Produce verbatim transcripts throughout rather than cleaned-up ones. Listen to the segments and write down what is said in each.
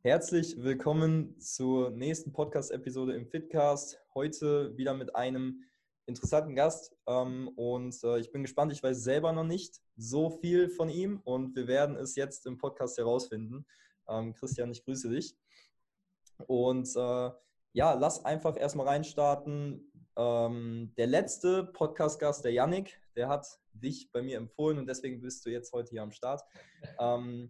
Herzlich willkommen zur nächsten Podcast-Episode im Fitcast. Heute wieder mit einem interessanten Gast ähm, und äh, ich bin gespannt. Ich weiß selber noch nicht so viel von ihm und wir werden es jetzt im Podcast herausfinden. Ähm, Christian, ich grüße dich. Und äh, ja, lass einfach erstmal reinstarten. Ähm, der letzte Podcast-Gast, der Yannick, der hat dich bei mir empfohlen und deswegen bist du jetzt heute hier am Start. Ähm,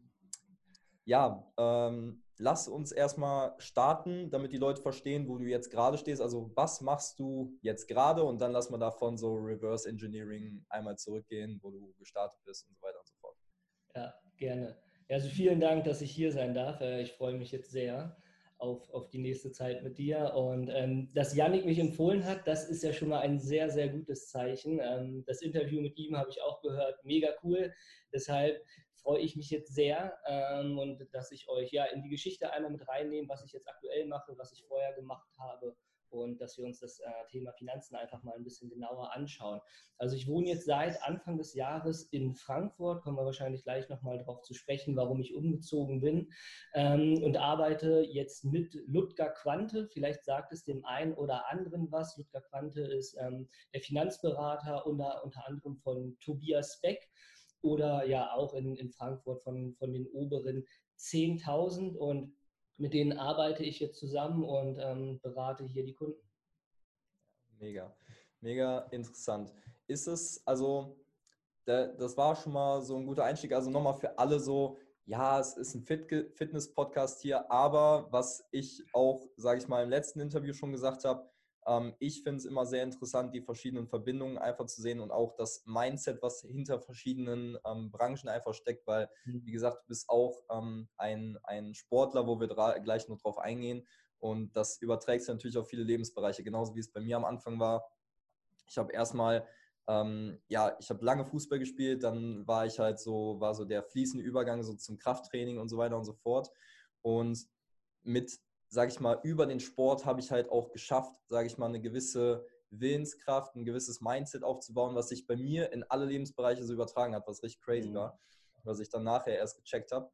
ja, ähm, lass uns erstmal starten, damit die Leute verstehen, wo du jetzt gerade stehst. Also was machst du jetzt gerade und dann lass mal davon so Reverse Engineering einmal zurückgehen, wo du gestartet bist und so weiter und so fort. Ja, gerne. Ja, also vielen Dank, dass ich hier sein darf. Äh, Ich freue mich jetzt sehr auf, auf die nächste Zeit mit dir. Und ähm, dass Yannick mich empfohlen hat, das ist ja schon mal ein sehr, sehr gutes Zeichen. Ähm, das Interview mit ihm habe ich auch gehört, mega cool. Deshalb freue ich mich jetzt sehr ähm, und dass ich euch ja in die Geschichte einmal mit reinnehme, was ich jetzt aktuell mache, was ich vorher gemacht habe und dass wir uns das äh, Thema Finanzen einfach mal ein bisschen genauer anschauen. Also ich wohne jetzt seit Anfang des Jahres in Frankfurt, kommen wir wahrscheinlich gleich nochmal darauf zu sprechen, warum ich umgezogen bin, ähm, und arbeite jetzt mit Ludger Quante. Vielleicht sagt es dem einen oder anderen was. Ludger Quante ist ähm, der Finanzberater unter, unter anderem von Tobias Beck oder ja auch in, in Frankfurt von, von den oberen zehntausend, und mit denen arbeite ich jetzt zusammen und ähm, berate hier die Kunden. Mega, mega interessant. Ist es, also, da, das war schon mal so ein guter Einstieg. Also nochmal für alle so, ja, es ist ein Fit Fitness-Podcast hier, aber was ich auch, sage ich mal, im letzten Interview schon gesagt habe, ähm, ich finde es immer sehr interessant, die verschiedenen Verbindungen einfach zu sehen und auch das Mindset, was hinter verschiedenen ähm, Branchen einfach steckt, weil, wie gesagt, du bist auch ähm, ein, ein Sportler, wo wir gleich noch drauf eingehen. Und das überträgt sich natürlich auf viele Lebensbereiche, genauso wie es bei mir am Anfang war. Ich habe erstmal, ähm, ja, ich habe lange Fußball gespielt, dann war ich halt so, war so der fließende Übergang so zum Krafttraining und so weiter und so fort. Und mit, sage ich mal, über den Sport habe ich halt auch geschafft, sage ich mal, eine gewisse Willenskraft, ein gewisses Mindset aufzubauen, was sich bei mir in alle Lebensbereiche so übertragen hat, was richtig crazy war, was ich dann nachher erst gecheckt habe.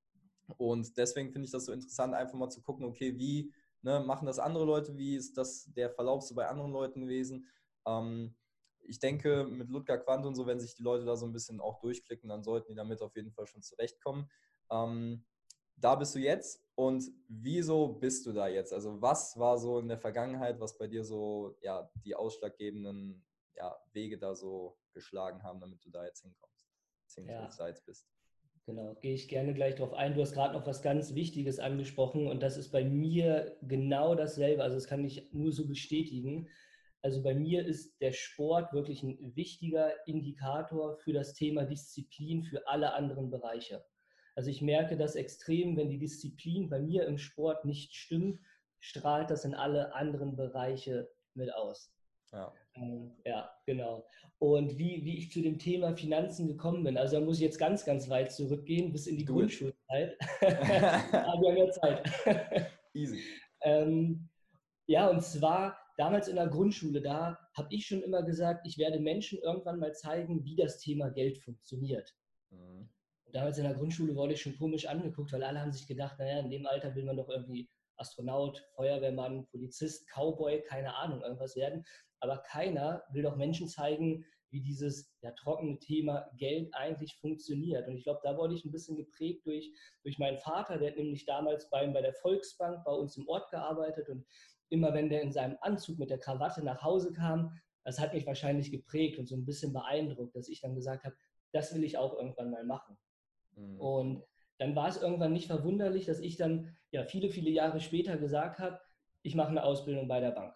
Und deswegen finde ich das so interessant, einfach mal zu gucken, okay, wie ne, machen das andere Leute, wie ist das der Verlauf so bei anderen Leuten gewesen. Ähm, ich denke, mit Ludger Quandt und so, wenn sich die Leute da so ein bisschen auch durchklicken, dann sollten die damit auf jeden Fall schon zurechtkommen. Ähm, da bist du jetzt und wieso bist du da jetzt? Also was war so in der Vergangenheit, was bei dir so ja, die ausschlaggebenden ja, Wege da so geschlagen haben, damit du da jetzt hinkommst, beziehungsweise Ja. da jetzt bist? Genau, gehe ich gerne gleich drauf ein. Du hast gerade noch was ganz Wichtiges angesprochen und das ist bei mir genau dasselbe. Also das kann ich nur so bestätigen. Also bei mir ist der Sport wirklich ein wichtiger Indikator für das Thema Disziplin für alle anderen Bereiche. Also ich merke das extrem, wenn die Disziplin bei mir im Sport nicht stimmt, strahlt das in alle anderen Bereiche mit aus. Ja. Ähm, Ja, genau. Und wie, wie ich zu dem Thema Finanzen gekommen bin, also da muss ich jetzt ganz, ganz weit zurückgehen, bis in die Do it. Grundschulzeit. Aber wir haben ja Zeit. Easy. ähm, ja, und zwar damals in der Grundschule, da habe ich schon immer gesagt, ich werde Menschen irgendwann mal zeigen, wie das Thema Geld funktioniert. Mhm. Und damals in der Grundschule wurde ich schon komisch angeguckt, weil alle haben sich gedacht, naja, in dem Alter will man doch irgendwie Astronaut, Feuerwehrmann, Polizist, Cowboy, keine Ahnung, irgendwas werden. Aber keiner will doch Menschen zeigen, wie dieses ja, trockene Thema Geld eigentlich funktioniert. Und ich glaube, da wurde ich ein bisschen geprägt durch, durch meinen Vater, der hat nämlich damals beim, bei der Volksbank bei uns im Ort gearbeitet, und immer wenn der in seinem Anzug mit der Krawatte nach Hause kam, das hat mich wahrscheinlich geprägt und so ein bisschen beeindruckt, dass ich dann gesagt habe, das will ich auch irgendwann mal machen. Mhm. Und dann war es irgendwann nicht verwunderlich, dass ich dann ja viele, viele Jahre später gesagt habe, ich mache eine Ausbildung bei der Bank.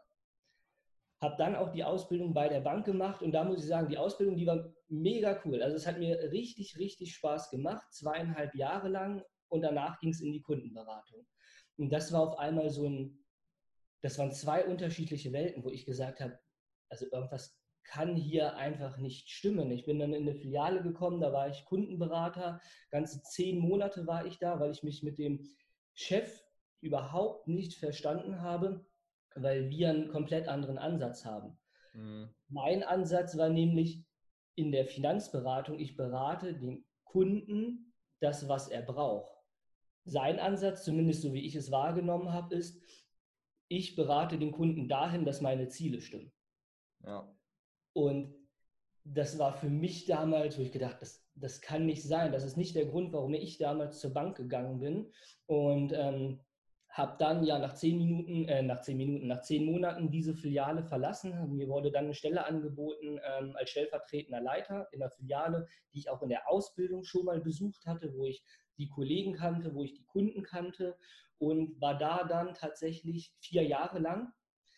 Habe dann auch die Ausbildung bei der Bank gemacht und da muss ich sagen, die Ausbildung, die war mega cool. Also es hat mir richtig, richtig Spaß gemacht, zweieinhalb Jahre lang, und danach ging es in die Kundenberatung. Und das war auf einmal so ein, das waren zwei unterschiedliche Welten, wo ich gesagt habe, also irgendwas kann hier einfach nicht stimmen. Ich bin dann in eine Filiale gekommen, da war ich Kundenberater, ganze zehn Monate war ich da, weil ich mich mit dem Chef überhaupt nicht verstanden habe, weil wir einen komplett anderen Ansatz haben. Mhm. Mein Ansatz war nämlich in der Finanzberatung, ich berate den Kunden das, was er braucht. sein Ansatz, zumindest so wie ich es wahrgenommen habe, ist, ich berate den Kunden dahin, dass meine Ziele stimmen. Ja. Und das war für mich damals, wo ich gedacht, das, das kann nicht sein. Das ist nicht der Grund, warum ich damals zur Bank gegangen bin. Und ähm, habe dann ja nach zehn Minuten, äh, nach zehn Minuten, nach zehn Monaten diese Filiale verlassen. Mir wurde dann eine Stelle angeboten ähm, als stellvertretender Leiter in der Filiale, die ich auch in der Ausbildung schon mal besucht hatte, wo ich die Kollegen kannte, wo ich die Kunden kannte und war da dann tatsächlich vier Jahre lang.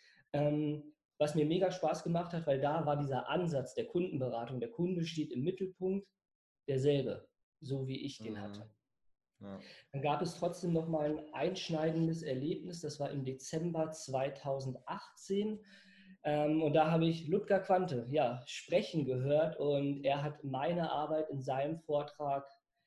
Ähm, was mir mega Spaß gemacht hat, weil da war dieser Ansatz der Kundenberatung, der Kunde steht im Mittelpunkt, derselbe, so wie ich den Mhm. hatte. Ja. Dann gab es trotzdem noch mal ein einschneidendes Erlebnis, das war im Dezember zweitausendachtzehn. Ähm, und da habe ich Ludger Quante ja, sprechen gehört und er hat meine Arbeit in seinem Vortrag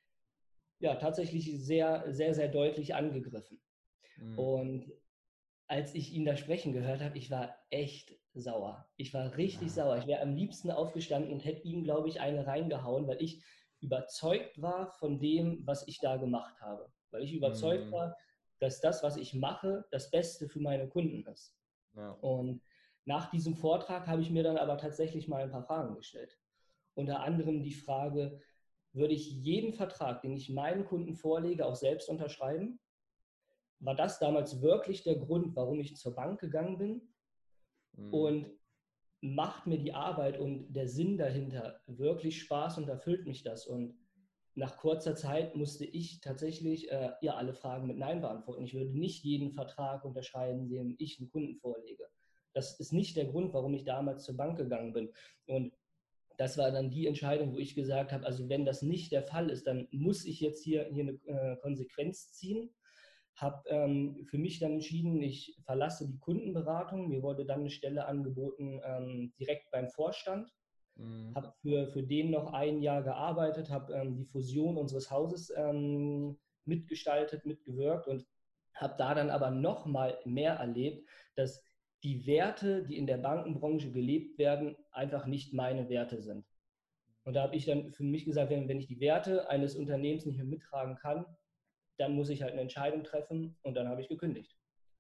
ja, tatsächlich sehr, sehr, sehr deutlich angegriffen. Mhm. Und als ich ihn da sprechen gehört habe, ich war echt sauer. Ich war richtig sauer. Ich wäre am liebsten aufgestanden und hätte ihm, glaube ich, eine reingehauen, weil ich überzeugt war von dem, was ich da gemacht habe. Weil ich überzeugt Mhm. war, dass das, was ich mache, das Beste für meine Kunden ist. Ja. Und nach diesem Vortrag habe ich mir dann aber tatsächlich mal ein paar Fragen gestellt. Unter anderem die Frage, würde ich jeden Vertrag, den ich meinen Kunden vorlege, auch selbst unterschreiben? War das damals wirklich der Grund, warum ich zur Bank gegangen bin? Mhm. Und macht mir die Arbeit und der Sinn dahinter wirklich Spaß und erfüllt mich das? Und nach kurzer Zeit musste ich tatsächlich äh, ja alle Fragen mit Nein beantworten. Ich würde nicht jeden Vertrag unterschreiben, den ich einem Kunden vorlege. Das ist nicht der Grund, warum ich damals zur Bank gegangen bin. Und das war dann die Entscheidung, wo ich gesagt habe, also wenn das nicht der Fall ist, dann muss ich jetzt hier, hier eine äh, Konsequenz ziehen. Habe ähm, für mich dann entschieden, ich verlasse die Kundenberatung. Mir wurde dann eine Stelle angeboten, ähm, direkt beim Vorstand. Mhm. Habe für, für den noch ein Jahr gearbeitet, habe ähm, die Fusion unseres Hauses ähm, mitgestaltet, mitgewirkt und habe da dann aber noch mal mehr erlebt, dass die Werte, die in der Bankenbranche gelebt werden, einfach nicht meine Werte sind. Und da habe ich dann für mich gesagt, wenn, wenn ich die Werte eines Unternehmens nicht mehr mittragen kann, dann muss ich halt eine Entscheidung treffen und dann habe ich gekündigt.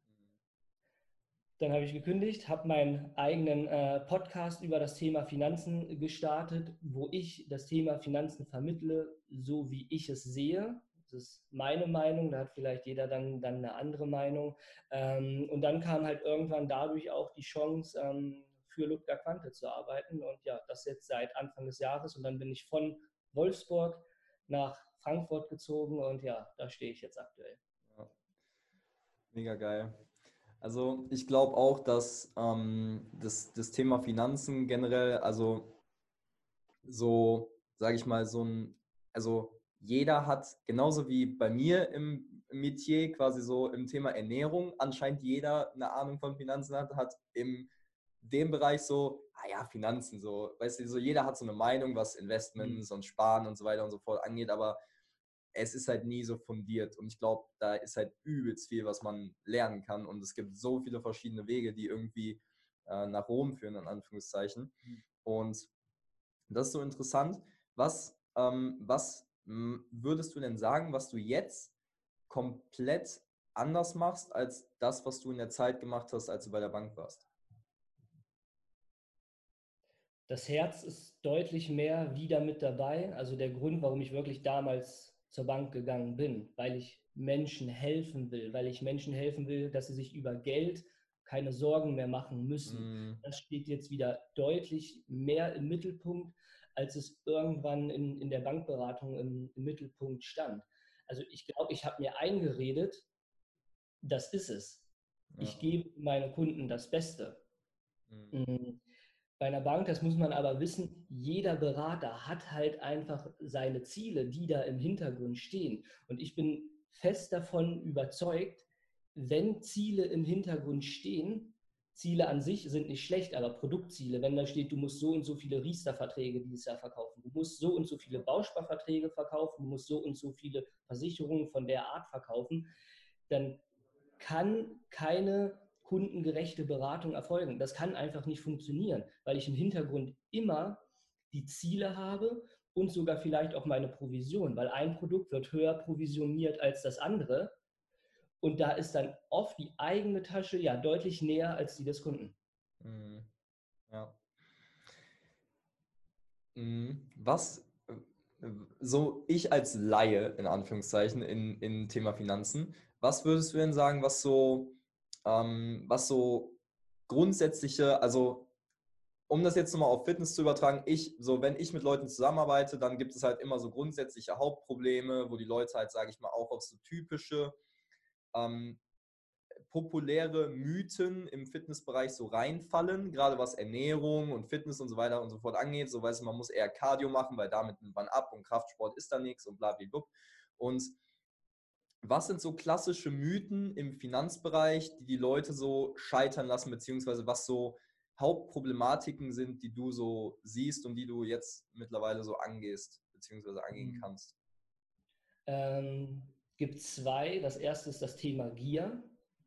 Dann habe ich gekündigt, habe meinen eigenen äh, Podcast über das Thema Finanzen gestartet, wo ich das Thema Finanzen vermittle, so wie ich es sehe. Das ist meine Meinung, da hat vielleicht jeder dann, dann eine andere Meinung. Ähm, und dann kam halt irgendwann dadurch auch die Chance, ähm, für Ludger Quante zu arbeiten. Und ja, das jetzt seit Anfang des Jahres. Und dann bin ich von Wolfsburg nach Frankfurt gezogen und ja, da stehe ich jetzt aktuell. Ja. Mega geil. Also ich glaube auch, dass ähm, das, das Thema Finanzen generell, also so, sage ich mal, so ein, also jeder hat, genauso wie bei mir im Metier, quasi so im Thema Ernährung, anscheinend jeder eine Ahnung von Finanzen hat, hat im dem Bereich so, ah ja, Finanzen, so, weißt du, so jeder hat so eine Meinung, was Mhm. Investments und Sparen und so weiter und so fort angeht, aber es ist halt nie so fundiert und ich glaube, da ist halt übelst viel, was man lernen kann und es gibt so viele verschiedene Wege, die irgendwie äh, nach Rom führen, in Anführungszeichen. Und das ist so interessant. Was, ähm, was m, würdest du denn sagen, was du jetzt komplett anders machst als das, was du in der Zeit gemacht hast, als du bei der Bank warst? Das Herz ist deutlich mehr wieder mit dabei. Also der Grund, warum ich wirklich damals zur Bank gegangen bin, weil ich Menschen helfen will, weil ich Menschen helfen will, dass sie sich über Geld keine Sorgen mehr machen müssen. Mm, Das steht jetzt wieder deutlich mehr im Mittelpunkt, als es irgendwann in, in der Bankberatung im, im Mittelpunkt stand. Also ich glaube, ich habe mir eingeredet, das ist es. ja. Ich gebe meinen Kunden das Beste. Mm, Mm. Bei einer Bank, das muss man aber wissen, jeder Berater hat halt einfach seine Ziele, die da im Hintergrund stehen. Und ich bin fest davon überzeugt, wenn Ziele im Hintergrund stehen, Ziele an sich sind nicht schlecht, aber Produktziele, wenn da steht, du musst so und so viele Riester-Verträge dieses Jahr verkaufen, du musst so und so viele Bausparverträge verkaufen, du musst so und so viele Versicherungen von der Art verkaufen, dann kann keine kundengerechte Beratung erfolgen. Das kann einfach nicht funktionieren, weil ich im Hintergrund immer die Ziele habe und sogar vielleicht auch meine Provision, weil ein Produkt wird höher provisioniert als das andere. Und da ist dann oft die eigene Tasche ja deutlich näher als die des Kunden. Mhm. Ja. Mhm. Was, äh, so ich als Laie, in Anführungszeichen, in, in Thema Finanzen, was würdest du denn sagen, was so, ähm, was so grundsätzliche, also um das jetzt nochmal auf Fitness zu übertragen, ich, so wenn ich mit Leuten zusammenarbeite, dann gibt es halt immer so grundsätzliche Hauptprobleme, wo die Leute halt, sage ich mal, auch auf so typische ähm, populäre Mythen im Fitnessbereich so reinfallen, gerade was Ernährung und Fitness und so weiter und so fort angeht. So weiß man muss eher Cardio machen, weil damit nimmt man ab und Kraftsport ist da nichts und blablabla. Und was sind so klassische Mythen im Finanzbereich, die die Leute so scheitern lassen, beziehungsweise was so Hauptproblematiken sind, die du so siehst und die du jetzt mittlerweile so angehst, beziehungsweise angehen kannst? Ähm, gibt zwei. Das erste ist das Thema Gier.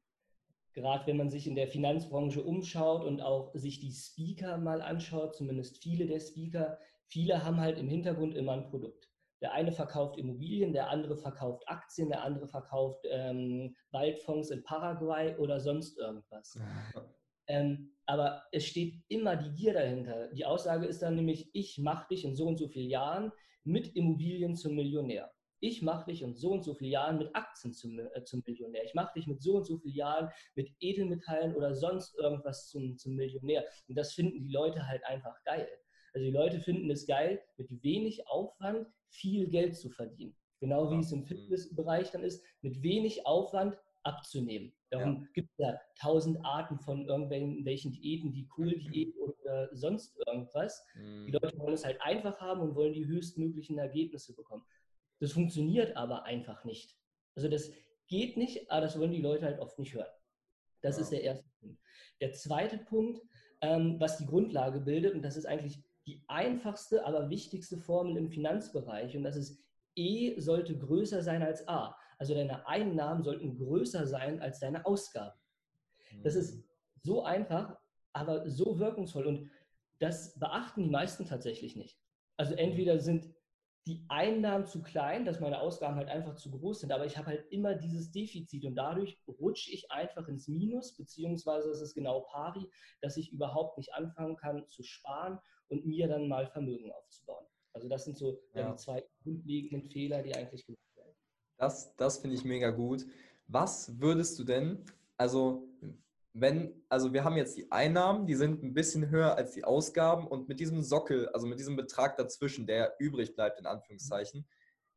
Gerade wenn man sich in der Finanzbranche umschaut und auch sich die Speaker mal anschaut, zumindest viele der Speaker, viele haben halt im Hintergrund immer ein Produkt. Der eine verkauft Immobilien, der andere verkauft Aktien, der andere verkauft ähm, Waldfonds in Paraguay oder sonst irgendwas. Ähm, aber es steht immer die Gier dahinter. Die Aussage ist dann nämlich, ich mache dich in so und so vielen Jahren mit Immobilien zum Millionär. Ich mache dich in so und so vielen Jahren mit Aktien zum, äh, zum Millionär. Ich mache dich mit so und so vielen Jahren mit Edelmetallen oder sonst irgendwas zum, zum Millionär. Und das finden die Leute halt einfach geil. Also die Leute finden es geil, mit wenig Aufwand viel Geld zu verdienen. Genau wie Ja. es im Fitnessbereich dann ist, mit wenig Aufwand abzunehmen. Darum Ja. gibt es ja tausend Arten von irgendwelchen Diäten, die Kohldiät oder sonst irgendwas. Die Mhm. Leute wollen es halt einfach haben und wollen die höchstmöglichen Ergebnisse bekommen. Das funktioniert aber einfach nicht. Also das geht nicht, aber das wollen die Leute halt oft nicht hören. Das ist Ja. der erste Punkt. Der zweite Punkt, ähm, was die Grundlage bildet, und das ist eigentlich die einfachste, aber wichtigste Formel im Finanzbereich, und das ist E sollte größer sein als A. Also deine Einnahmen sollten größer sein als deine Ausgaben. Das Mhm. ist so einfach, aber so wirkungsvoll. Und das beachten die meisten tatsächlich nicht. Also Mhm. entweder sind die Einnahmen zu klein, dass meine Ausgaben halt einfach zu groß sind, aber ich habe halt immer dieses Defizit und dadurch rutsche ich einfach ins Minus, beziehungsweise es ist genau pari, dass ich überhaupt nicht anfangen kann zu sparen und mir dann mal Vermögen aufzubauen. Also das sind so ja, die Ja. zwei grundlegenden Fehler, die eigentlich gemacht werden. Das, das finde ich mega gut. Was würdest du denn, also wenn, also wir haben jetzt die Einnahmen, die sind ein bisschen höher als die Ausgaben und mit diesem Sockel, also mit diesem Betrag dazwischen, der übrig bleibt, in Anführungszeichen,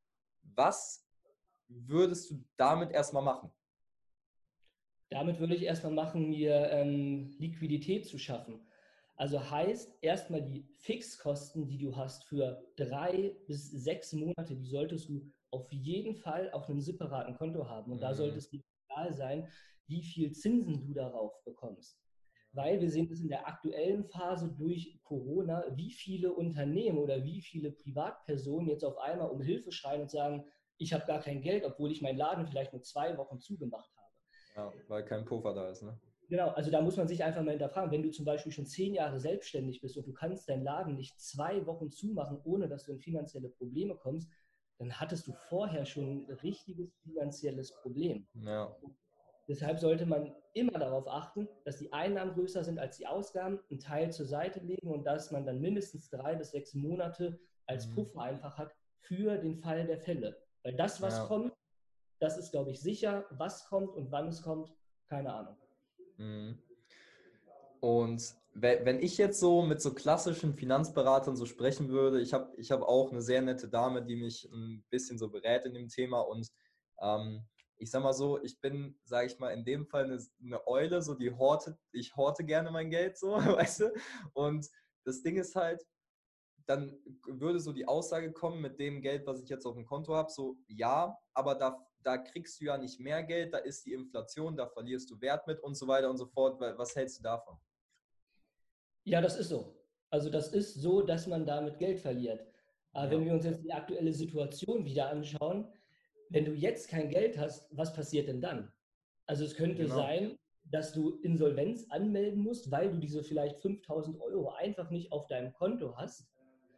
was würdest du damit erstmal machen? Damit würde ich erstmal machen, mir ähm, Liquidität zu schaffen. Also heißt erstmal die Fixkosten, die du hast für drei bis sechs Monate, die solltest du auf jeden Fall auf einem separaten Konto haben. Und da sollte Mhm. es dir egal sein, wie viel Zinsen du darauf bekommst. Weil wir sehen es in der aktuellen Phase durch Corona, wie viele Unternehmen oder wie viele Privatpersonen jetzt auf einmal um Hilfe schreien und sagen, ich habe gar kein Geld, obwohl ich meinen Laden vielleicht nur zwei Wochen zugemacht habe. Ja, weil kein Puffer da ist, ne? Genau, also da muss man sich einfach mal hinterfragen, wenn du zum Beispiel schon zehn Jahre selbstständig bist und du kannst deinen Laden nicht zwei Wochen zumachen, ohne dass du in finanzielle Probleme kommst, dann hattest du vorher schon ein richtiges finanzielles Problem. Ja. Deshalb sollte man immer darauf achten, dass die Einnahmen größer sind als die Ausgaben, einen Teil zur Seite legen und dass man dann mindestens drei bis sechs Monate als Mhm. Puffer einfach hat für den Fall der Fälle. Weil das, was Ja. kommt, das ist, glaube ich, sicher. Was kommt und wann es kommt, keine Ahnung. Mhm. Und wenn ich jetzt so mit so klassischen Finanzberatern so sprechen würde, ich habe ich hab auch eine sehr nette Dame, die mich ein bisschen so berät in dem Thema und ähm, ich sag mal so, ich bin, sage ich mal, in dem Fall eine, eine Eule, so die hortet, ich horte gerne mein Geld so, weißt du? Und das Ding ist halt, dann würde so die Aussage kommen mit dem Geld, was ich jetzt auf dem Konto habe, so ja, aber da, da kriegst du ja nicht mehr Geld, da ist die Inflation, da verlierst du Wert mit und so weiter und so fort. Was hältst du davon? Ja, das ist so. Also das ist so, dass man damit Geld verliert. Aber Ja, wenn wir uns jetzt die aktuelle Situation wieder anschauen, wenn du jetzt kein Geld hast, was passiert denn dann? Also es könnte genau. sein, dass du Insolvenz anmelden musst, weil du diese vielleicht fünftausend Euro einfach nicht auf deinem Konto hast.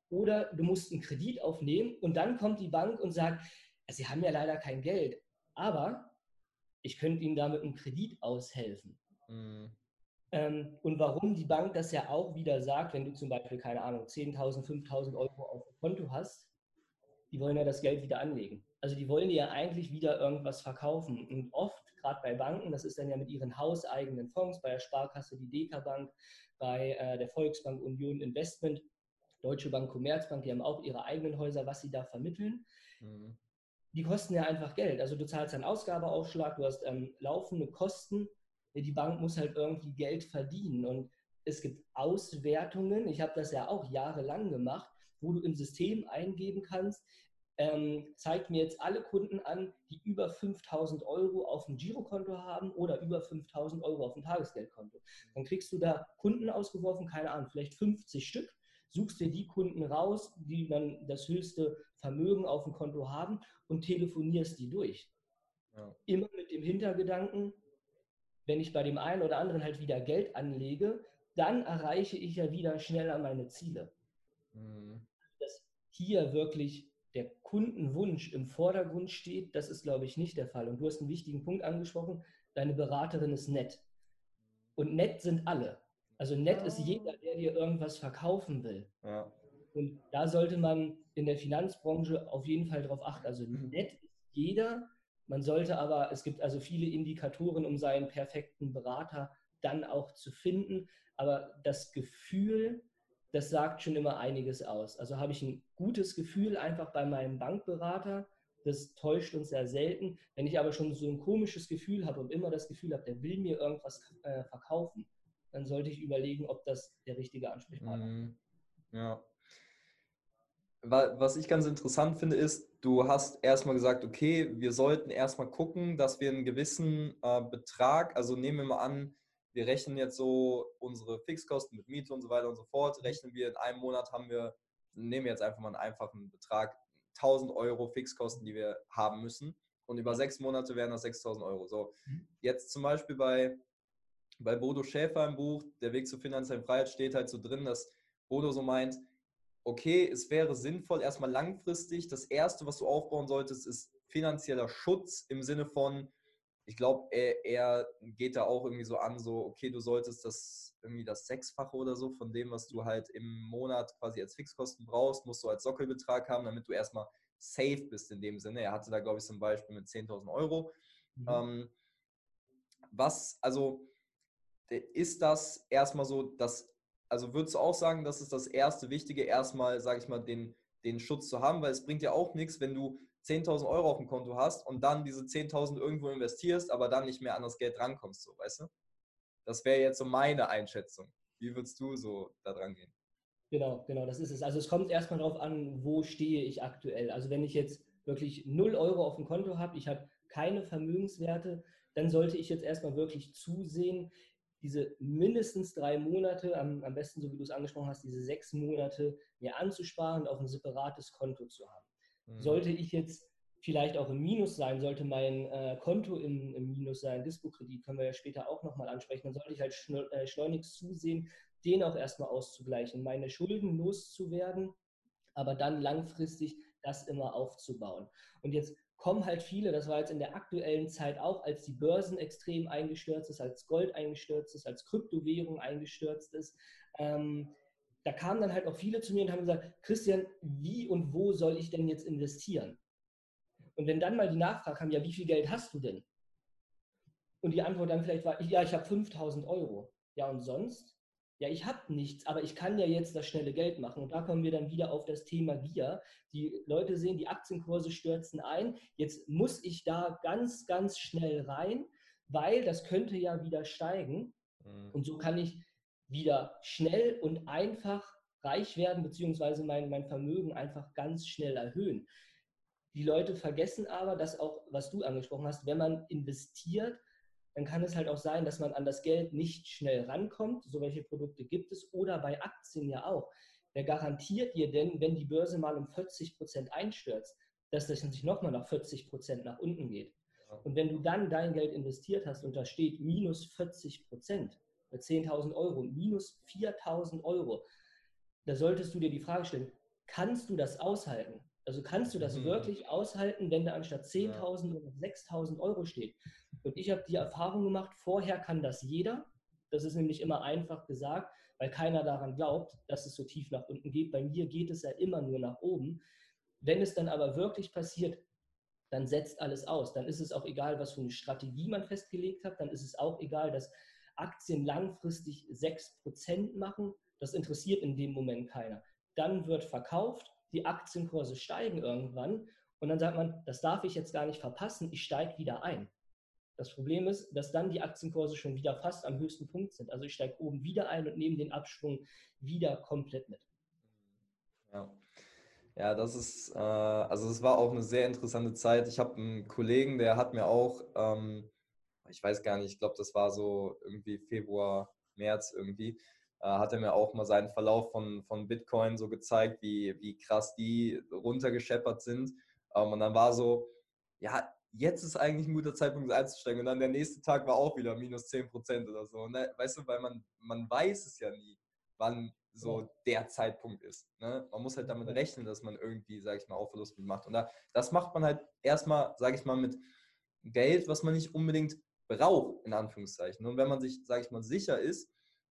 oder du musst einen Kredit aufnehmen und dann kommt die Bank und sagt, Sie haben ja leider kein Geld, aber ich könnte Ihnen da mit einem Kredit aushelfen. Mhm. Ähm, und warum die Bank das ja auch wieder sagt, wenn du zum Beispiel, keine Ahnung, zehntausend, fünftausend Euro auf dem Konto hast, die wollen ja das Geld wieder anlegen. Also die wollen dir ja eigentlich wieder irgendwas verkaufen. Und oft, gerade bei Banken, das ist dann ja mit ihren hauseigenen Fonds, bei der Sparkasse die D K Bank, bei äh, der Volksbank Union Investment, Deutsche Bank, Commerzbank, die haben auch ihre eigenen Häuser, was sie da vermitteln. Mhm. Die kosten ja einfach Geld. Also du zahlst einen Ausgabeaufschlag, du hast ähm, laufende Kosten. Die Bank muss halt irgendwie Geld verdienen. Und es gibt Auswertungen, ich habe das ja auch jahrelang gemacht, wo du im System eingeben kannst, ähm, zeigt mir jetzt alle Kunden an, die über fünftausend Euro auf dem Girokonto haben oder über fünftausend Euro auf dem Tagesgeldkonto. Dann kriegst du da Kunden ausgeworfen, keine Ahnung, vielleicht fünfzig Stück, suchst dir die Kunden raus, die dann das höchste Vermögen auf dem Konto haben und telefonierst die durch. Ja. Immer mit dem Hintergedanken, wenn ich bei dem einen oder anderen halt wieder Geld anlege, dann erreiche ich ja wieder schneller meine Ziele. Mhm. Dass hier wirklich der Kundenwunsch im Vordergrund steht, das ist, glaube ich, nicht der Fall. Und du hast einen wichtigen Punkt angesprochen, deine Beraterin ist nett. Und nett sind alle. Also nett ist jeder, der dir irgendwas verkaufen will. Ja. Und da sollte man in der Finanzbranche auf jeden Fall darauf achten. Also nett ist jeder. Man sollte aber, es gibt also viele Indikatoren, um seinen perfekten Berater dann auch zu finden. Aber das Gefühl, das sagt schon immer einiges aus. Also habe ich ein gutes Gefühl einfach bei meinem Bankberater. Das täuscht uns sehr selten. Wenn ich aber schon so ein komisches Gefühl habe und immer das Gefühl habe, der will mir irgendwas äh, verkaufen, dann sollte ich überlegen, ob das der richtige Ansprechpartner ist. Ja. Was ich ganz interessant finde, ist, du hast erstmal gesagt, okay, wir sollten erstmal gucken, dass wir einen gewissen äh, Betrag, also nehmen wir mal an, wir rechnen jetzt so unsere Fixkosten mit Miete und so weiter und so fort, rechnen wir in einem Monat haben wir, nehmen wir jetzt einfach mal einen einfachen Betrag, tausend Euro Fixkosten, die wir haben müssen und über sechs Monate wären das sechstausend Euro. So, jetzt zum Beispiel bei, bei Bodo Schäfer im Buch, Der Weg zur finanziellen Freiheit, steht halt so drin, dass Bodo so meint, okay, es wäre sinnvoll, erstmal langfristig, das Erste, was du aufbauen solltest, ist finanzieller Schutz im Sinne von, ich glaube, er, er geht da auch irgendwie so an, so, okay, du solltest das irgendwie das Sechsfache oder so von dem, was du halt im Monat quasi als Fixkosten brauchst, musst du als Sockelbetrag haben, damit du erstmal safe bist in dem Sinne. Er hatte da, glaube ich, zum Beispiel mit zehntausend Euro. Mhm. Ähm, was, also, ist das erstmal so, dass also würdest du auch sagen, das ist das erste Wichtige, erstmal, sage ich mal, den, den Schutz zu haben, weil es bringt ja auch nichts, wenn du zehntausend Euro auf dem Konto hast und dann diese zehntausend irgendwo investierst, aber dann nicht mehr an das Geld rankommst, so, weißt du? Das wäre jetzt so meine Einschätzung. Wie würdest du so da dran gehen? Genau, genau, das ist es. Also es kommt erstmal darauf an, wo stehe ich aktuell. Also wenn ich jetzt wirklich null Euro auf dem Konto habe, ich habe keine Vermögenswerte, dann sollte ich jetzt erstmal wirklich zusehen, diese mindestens drei Monate, am, am besten, so wie du es angesprochen hast, diese sechs Monate mir anzusparen und auf ein separates Konto zu haben. Mhm. Sollte ich jetzt vielleicht auch im Minus sein, sollte mein äh, Konto im, im Minus sein, Dispo-Kredit, können wir ja später auch nochmal ansprechen, dann sollte ich halt schnell, äh, schleunigst zusehen, den auch erstmal auszugleichen, meine Schulden loszuwerden, aber dann langfristig das immer aufzubauen. Und jetzt kommen halt viele, das war jetzt in der aktuellen Zeit auch, als die Börsen extrem eingestürzt ist, als Gold eingestürzt ist, als Kryptowährung eingestürzt ist, ähm, da kamen dann halt auch viele zu mir und haben gesagt, Christian, wie und wo soll ich denn jetzt investieren? Und wenn dann mal die Nachfrage kam, ja, wie viel Geld hast du denn? Und die Antwort dann vielleicht war, ja, ich habe fünftausend Euro. Ja, und sonst? Ja, ich habe nichts, aber ich kann ja jetzt das schnelle Geld machen. Und da kommen wir dann wieder auf das Thema Gier. Die Leute sehen, die Aktienkurse stürzen ein. Jetzt muss ich da ganz, ganz schnell rein, weil das könnte ja wieder steigen. Mhm. Und so kann ich wieder schnell und einfach reich werden, beziehungsweise mein, mein Vermögen einfach ganz schnell erhöhen. Die Leute vergessen aber, dass auch, was du angesprochen hast, wenn man investiert, dann kann es halt auch sein, dass man an das Geld nicht schnell rankommt. So welche Produkte gibt es. Oder bei Aktien ja auch. Wer garantiert dir denn, wenn die Börse mal um vierzig Prozent einstürzt, dass das nicht nochmal nach vierzig Prozent nach unten geht? Und wenn du dann dein Geld investiert hast und da steht minus vierzig Prozent, bei zehntausend Euro, minus viertausend Euro, da solltest du dir die Frage stellen, kannst du das aushalten? Also kannst du das Mhm. wirklich aushalten, wenn da anstatt Ja. zehntausend nur noch sechstausend Euro steht? Und ich habe die Erfahrung gemacht, vorher kann das jeder. Das ist nämlich immer einfach gesagt, weil keiner daran glaubt, dass es so tief nach unten geht. Bei mir geht es ja immer nur nach oben. Wenn es dann aber wirklich passiert, dann setzt alles aus. Dann ist es auch egal, was für eine Strategie man festgelegt hat. Dann ist es auch egal, dass Aktien langfristig sechs Prozent machen. Das interessiert in dem Moment keiner. Dann wird verkauft, die Aktienkurse steigen irgendwann und dann sagt man, das darf ich jetzt gar nicht verpassen, ich steige wieder ein. Das Problem ist, dass dann die Aktienkurse schon wieder fast am höchsten Punkt sind. Also ich steige oben wieder ein und nehme den Abschwung wieder komplett mit. Ja. Ja, das ist, äh, also es war auch eine sehr interessante Zeit. Ich habe einen Kollegen, der hat mir auch, ähm, ich weiß gar nicht, ich glaube, das war so irgendwie Februar, März irgendwie, äh, hat er mir auch mal seinen Verlauf von, von Bitcoin so gezeigt, wie, wie krass die runtergescheppert sind. Ähm, und dann war so, ja, jetzt ist eigentlich ein guter Zeitpunkt einzusteigen. Und dann der nächste Tag war auch wieder minus zehn Prozent oder so. Ne? Weißt du, weil man, man weiß es ja nie, wann Ja. so der Zeitpunkt ist. Ne? Man muss halt damit rechnen, dass man irgendwie, sage ich mal, auch Verlust mitmacht. Und da, das macht man halt erstmal, sage ich mal, mit Geld, was man nicht unbedingt braucht, in Anführungszeichen. Und wenn man sich, sage ich mal, sicher ist,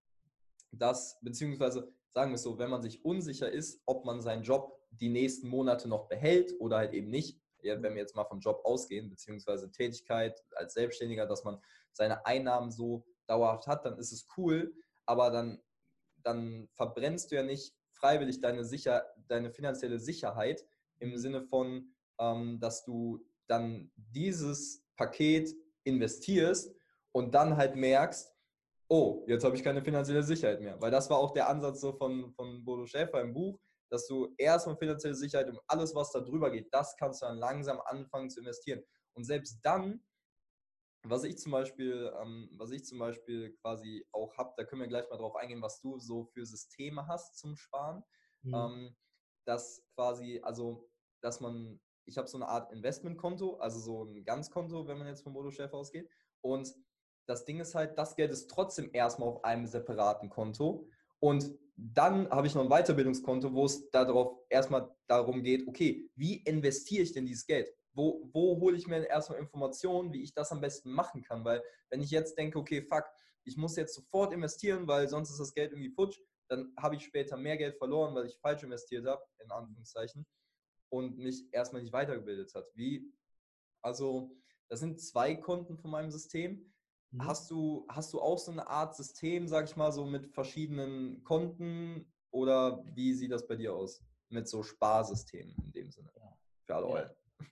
dass, beziehungsweise sagen wir es so, wenn man sich unsicher ist, ob man seinen Job die nächsten Monate noch behält oder halt eben nicht, ja, wenn wir jetzt mal vom Job ausgehen, beziehungsweise Tätigkeit als Selbstständiger, dass man seine Einnahmen so dauerhaft hat, dann ist es cool, aber dann, dann verbrennst du ja nicht freiwillig deine, Sicher-, deine finanzielle Sicherheit im Sinne von, ähm, dass du dann dieses Paket investierst und dann halt merkst, oh, jetzt habe ich keine finanzielle Sicherheit mehr. Weil das war auch der Ansatz so von, von Bodo Schäfer im Buch, dass du erstmal finanzielle Sicherheit und alles, was da drüber geht, das kannst du dann langsam anfangen zu investieren. Und selbst dann, was ich zum Beispiel, ähm, was ich zum Beispiel quasi auch habe, da können wir gleich mal drauf eingehen, was du so für Systeme hast zum Sparen, Mhm. ähm, dass quasi, also, dass man, ich habe so eine Art Investmentkonto, also so ein Ganzkonto, wenn man jetzt von Bodo Schäfer ausgeht, und das Ding ist halt, das Geld ist trotzdem erstmal auf einem separaten Konto und dann habe ich noch ein Weiterbildungskonto, wo es darauf erstmal darum geht, okay, wie investiere ich denn dieses Geld? Wo, wo hole ich mir erstmal Informationen, wie ich das am besten machen kann? Weil wenn ich jetzt denke, okay, fuck, ich muss jetzt sofort investieren, weil sonst ist das Geld irgendwie futsch, dann habe ich später mehr Geld verloren, weil ich falsch investiert habe, in Anführungszeichen, und mich erstmal nicht weitergebildet hat. Wie, also, das sind zwei Konten von meinem System. Mhm. Hast du, hast du auch so eine Art System, sag ich mal, so mit verschiedenen Konten oder wie sieht das bei dir aus? Mit so Sparsystemen in dem Sinne. Ja. Für alle Ja. euren.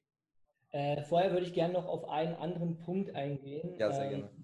Äh, vorher würde ich gerne noch auf einen anderen Punkt eingehen, Ja, sehr ähm, gerne.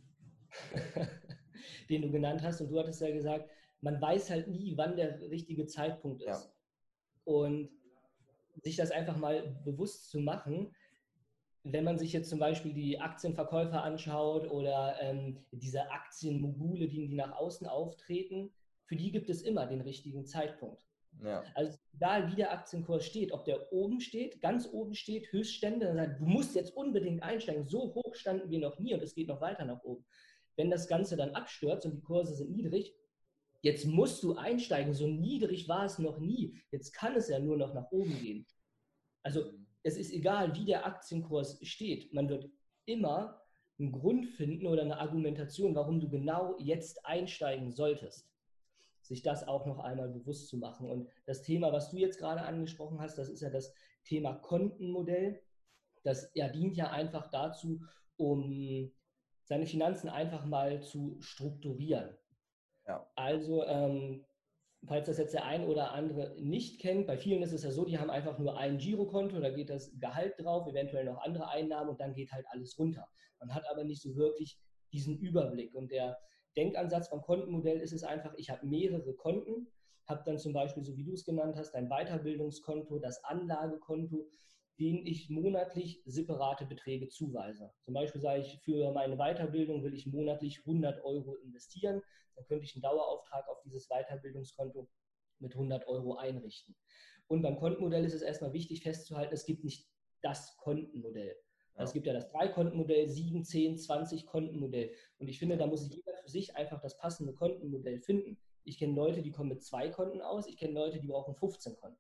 den du genannt hast. Und du hattest ja gesagt, man weiß halt nie, wann der richtige Zeitpunkt Ja. ist. Und sich das einfach mal bewusst zu machen, wenn man sich jetzt zum Beispiel die Aktienverkäufer anschaut oder ähm, diese Aktienmogule, die, die nach außen auftreten, für die gibt es immer den richtigen Zeitpunkt. Ja. Also egal wie der Aktienkurs steht, ob der oben steht, ganz oben steht, Höchststände, dann sagt, du musst jetzt unbedingt einsteigen, so hoch standen wir noch nie und es geht noch weiter nach oben. Wenn das Ganze dann abstürzt und die Kurse sind niedrig, jetzt musst du einsteigen, so niedrig war es noch nie, jetzt kann es ja nur noch nach oben gehen. Also es ist egal, wie der Aktienkurs steht, man wird immer einen Grund finden oder eine Argumentation, warum du genau jetzt einsteigen solltest. Sich das auch noch einmal bewusst zu machen. Und das Thema, was du jetzt gerade angesprochen hast, das ist ja das Thema Kontenmodell. Das ja, dient ja einfach dazu, um seine Finanzen einfach mal zu strukturieren. Ja. Also, ähm, falls das jetzt der ein oder andere nicht kennt, bei vielen ist es ja so, die haben einfach nur ein Girokonto, da geht das Gehalt drauf, eventuell noch andere Einnahmen und dann geht halt alles runter. Man hat aber nicht so wirklich diesen Überblick. Und der Denkansatz beim Kontenmodell ist es einfach, ich habe mehrere Konten, habe dann zum Beispiel, so wie du es genannt hast, ein Weiterbildungskonto, das Anlagekonto, denen ich monatlich separate Beträge zuweise. Zum Beispiel sage ich, für meine Weiterbildung will ich monatlich hundert Euro investieren, dann könnte ich einen Dauerauftrag auf dieses Weiterbildungskonto mit hundert Euro einrichten. Und beim Kontenmodell ist es erstmal wichtig festzuhalten, es gibt nicht das Kontenmodell. Also es gibt ja das drei-Kontenmodell, sieben, zehn, zwanzig Kontenmodell. Und ich finde, da muss jeder für sich einfach das passende Kontenmodell finden. Ich kenne Leute, die kommen mit zwei Konten aus, ich kenne Leute, die brauchen fünfzehn Konten.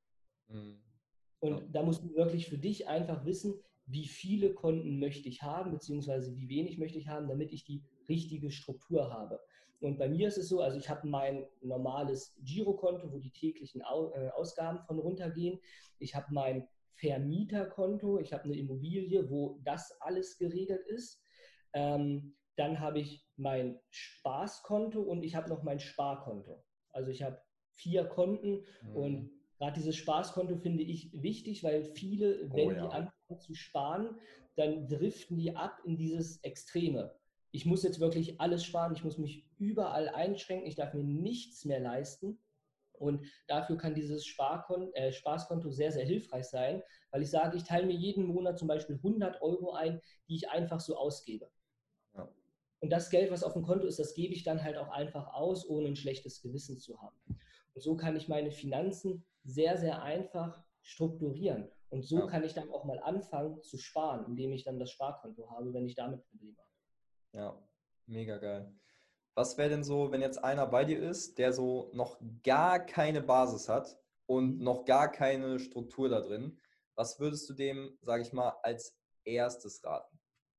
Mhm. Ja. Und da musst du wirklich für dich einfach wissen, wie viele Konten möchte ich haben, beziehungsweise wie wenig möchte ich haben, damit ich die richtige Struktur habe. Und bei mir ist es so, also ich habe mein normales Girokonto, wo die täglichen Ausgaben von runtergehen. Ich habe mein Vermieterkonto, ich habe eine Immobilie, wo das alles geregelt ist. Ähm, dann habe ich mein Spaßkonto und ich habe noch mein Sparkonto. Also ich habe vier Konten Mhm. und gerade dieses Spaßkonto finde ich wichtig, weil viele, Oh wenn die ja. anfangen zu sparen, dann driften die ab in dieses Extreme. Ich muss jetzt wirklich alles sparen, ich muss mich überall einschränken, ich darf mir nichts mehr leisten. Und dafür kann dieses Sparkon äh, Spaßkonto sehr, sehr hilfreich sein, weil ich sage, ich teile mir jeden Monat zum Beispiel hundert Euro ein, die ich einfach so ausgebe. Ja. Und das Geld, was auf dem Konto ist, das gebe ich dann halt auch einfach aus, ohne ein schlechtes Gewissen zu haben. Und so kann ich meine Finanzen sehr, sehr einfach strukturieren. Und so Ja. kann ich dann auch mal anfangen zu sparen, indem ich dann das Sparkonto habe, wenn ich damit Probleme habe. Ja, mega geil. Was wäre denn so, wenn jetzt einer bei dir ist, der so noch gar keine Basis hat und Mhm. noch gar keine Struktur da drin? Was würdest du dem, sage ich mal, als erstes raten?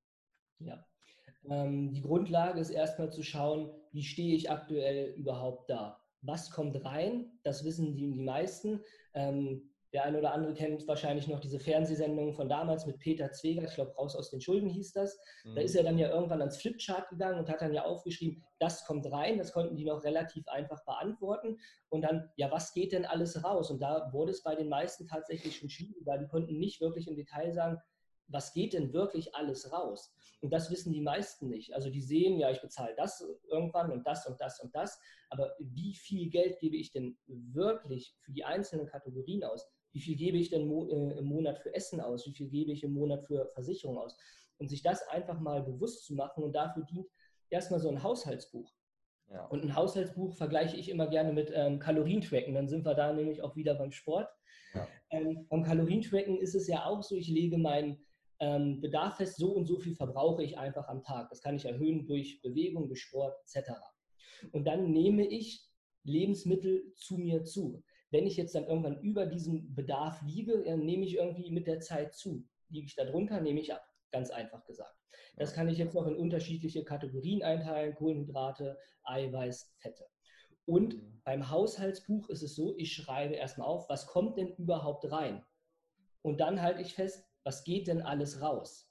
Ja. Ähm, die Grundlage ist erstmal zu schauen, wie stehe ich aktuell überhaupt da? Was kommt rein? Das wissen die, die meisten. Ähm, der eine oder andere kennt wahrscheinlich noch diese Fernsehsendung von damals mit Peter Zwegert, ich glaube, Raus aus den Schulden hieß das. Da ist Mhm. er dann ja irgendwann ans Flipchart gegangen und hat dann ja aufgeschrieben, das kommt rein, das konnten die noch relativ einfach beantworten. Und dann, ja, was geht denn alles raus? Und da wurde es bei den meisten tatsächlich schon schwierig, weil die konnten nicht wirklich im Detail sagen, was geht denn wirklich alles raus? Und das wissen die meisten nicht. Also die sehen, ja, ich bezahle das irgendwann und das und das und das, aber wie viel Geld gebe ich denn wirklich für die einzelnen Kategorien aus? Wie viel gebe ich denn im Monat für Essen aus? Wie viel gebe ich im Monat für Versicherung aus? Und sich das einfach mal bewusst zu machen, und dafür dient erstmal so ein Haushaltsbuch. Ja. Und ein Haushaltsbuch vergleiche ich immer gerne mit ähm, Kalorientracken. Dann sind wir da nämlich auch wieder beim Sport. Ja. Ähm, beim Kalorientracken ist es ja auch so, ich lege meinen ähm, Bedarf fest, so und so viel verbrauche ich einfach am Tag. Das kann ich erhöhen durch Bewegung, durch Sport et cetera. Und dann nehme ich Lebensmittel zu mir zu. Wenn ich jetzt dann irgendwann über diesem Bedarf liege, dann nehme ich irgendwie mit der Zeit zu. Liege ich da drunter, nehme ich ab. Ganz einfach gesagt. Das Ja. kann ich jetzt noch in unterschiedliche Kategorien einteilen: Kohlenhydrate, Eiweiß, Fette. Und Mhm. beim Haushaltsbuch ist es so, ich schreibe erstmal auf, was kommt denn überhaupt rein? Und dann halte ich fest, was geht denn alles raus?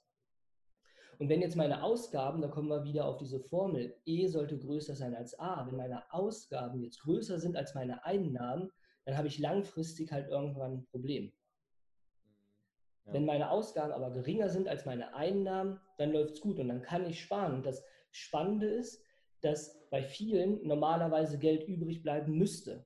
Und wenn jetzt meine Ausgaben, da kommen wir wieder auf diese Formel, E sollte größer sein als A, wenn meine Ausgaben jetzt größer sind als meine Einnahmen, dann habe ich langfristig halt irgendwann ein Problem. Ja. Wenn meine Ausgaben aber geringer sind als meine Einnahmen, dann läuft es gut und dann kann ich sparen. Und das Spannende ist, dass bei vielen normalerweise Geld übrig bleiben müsste.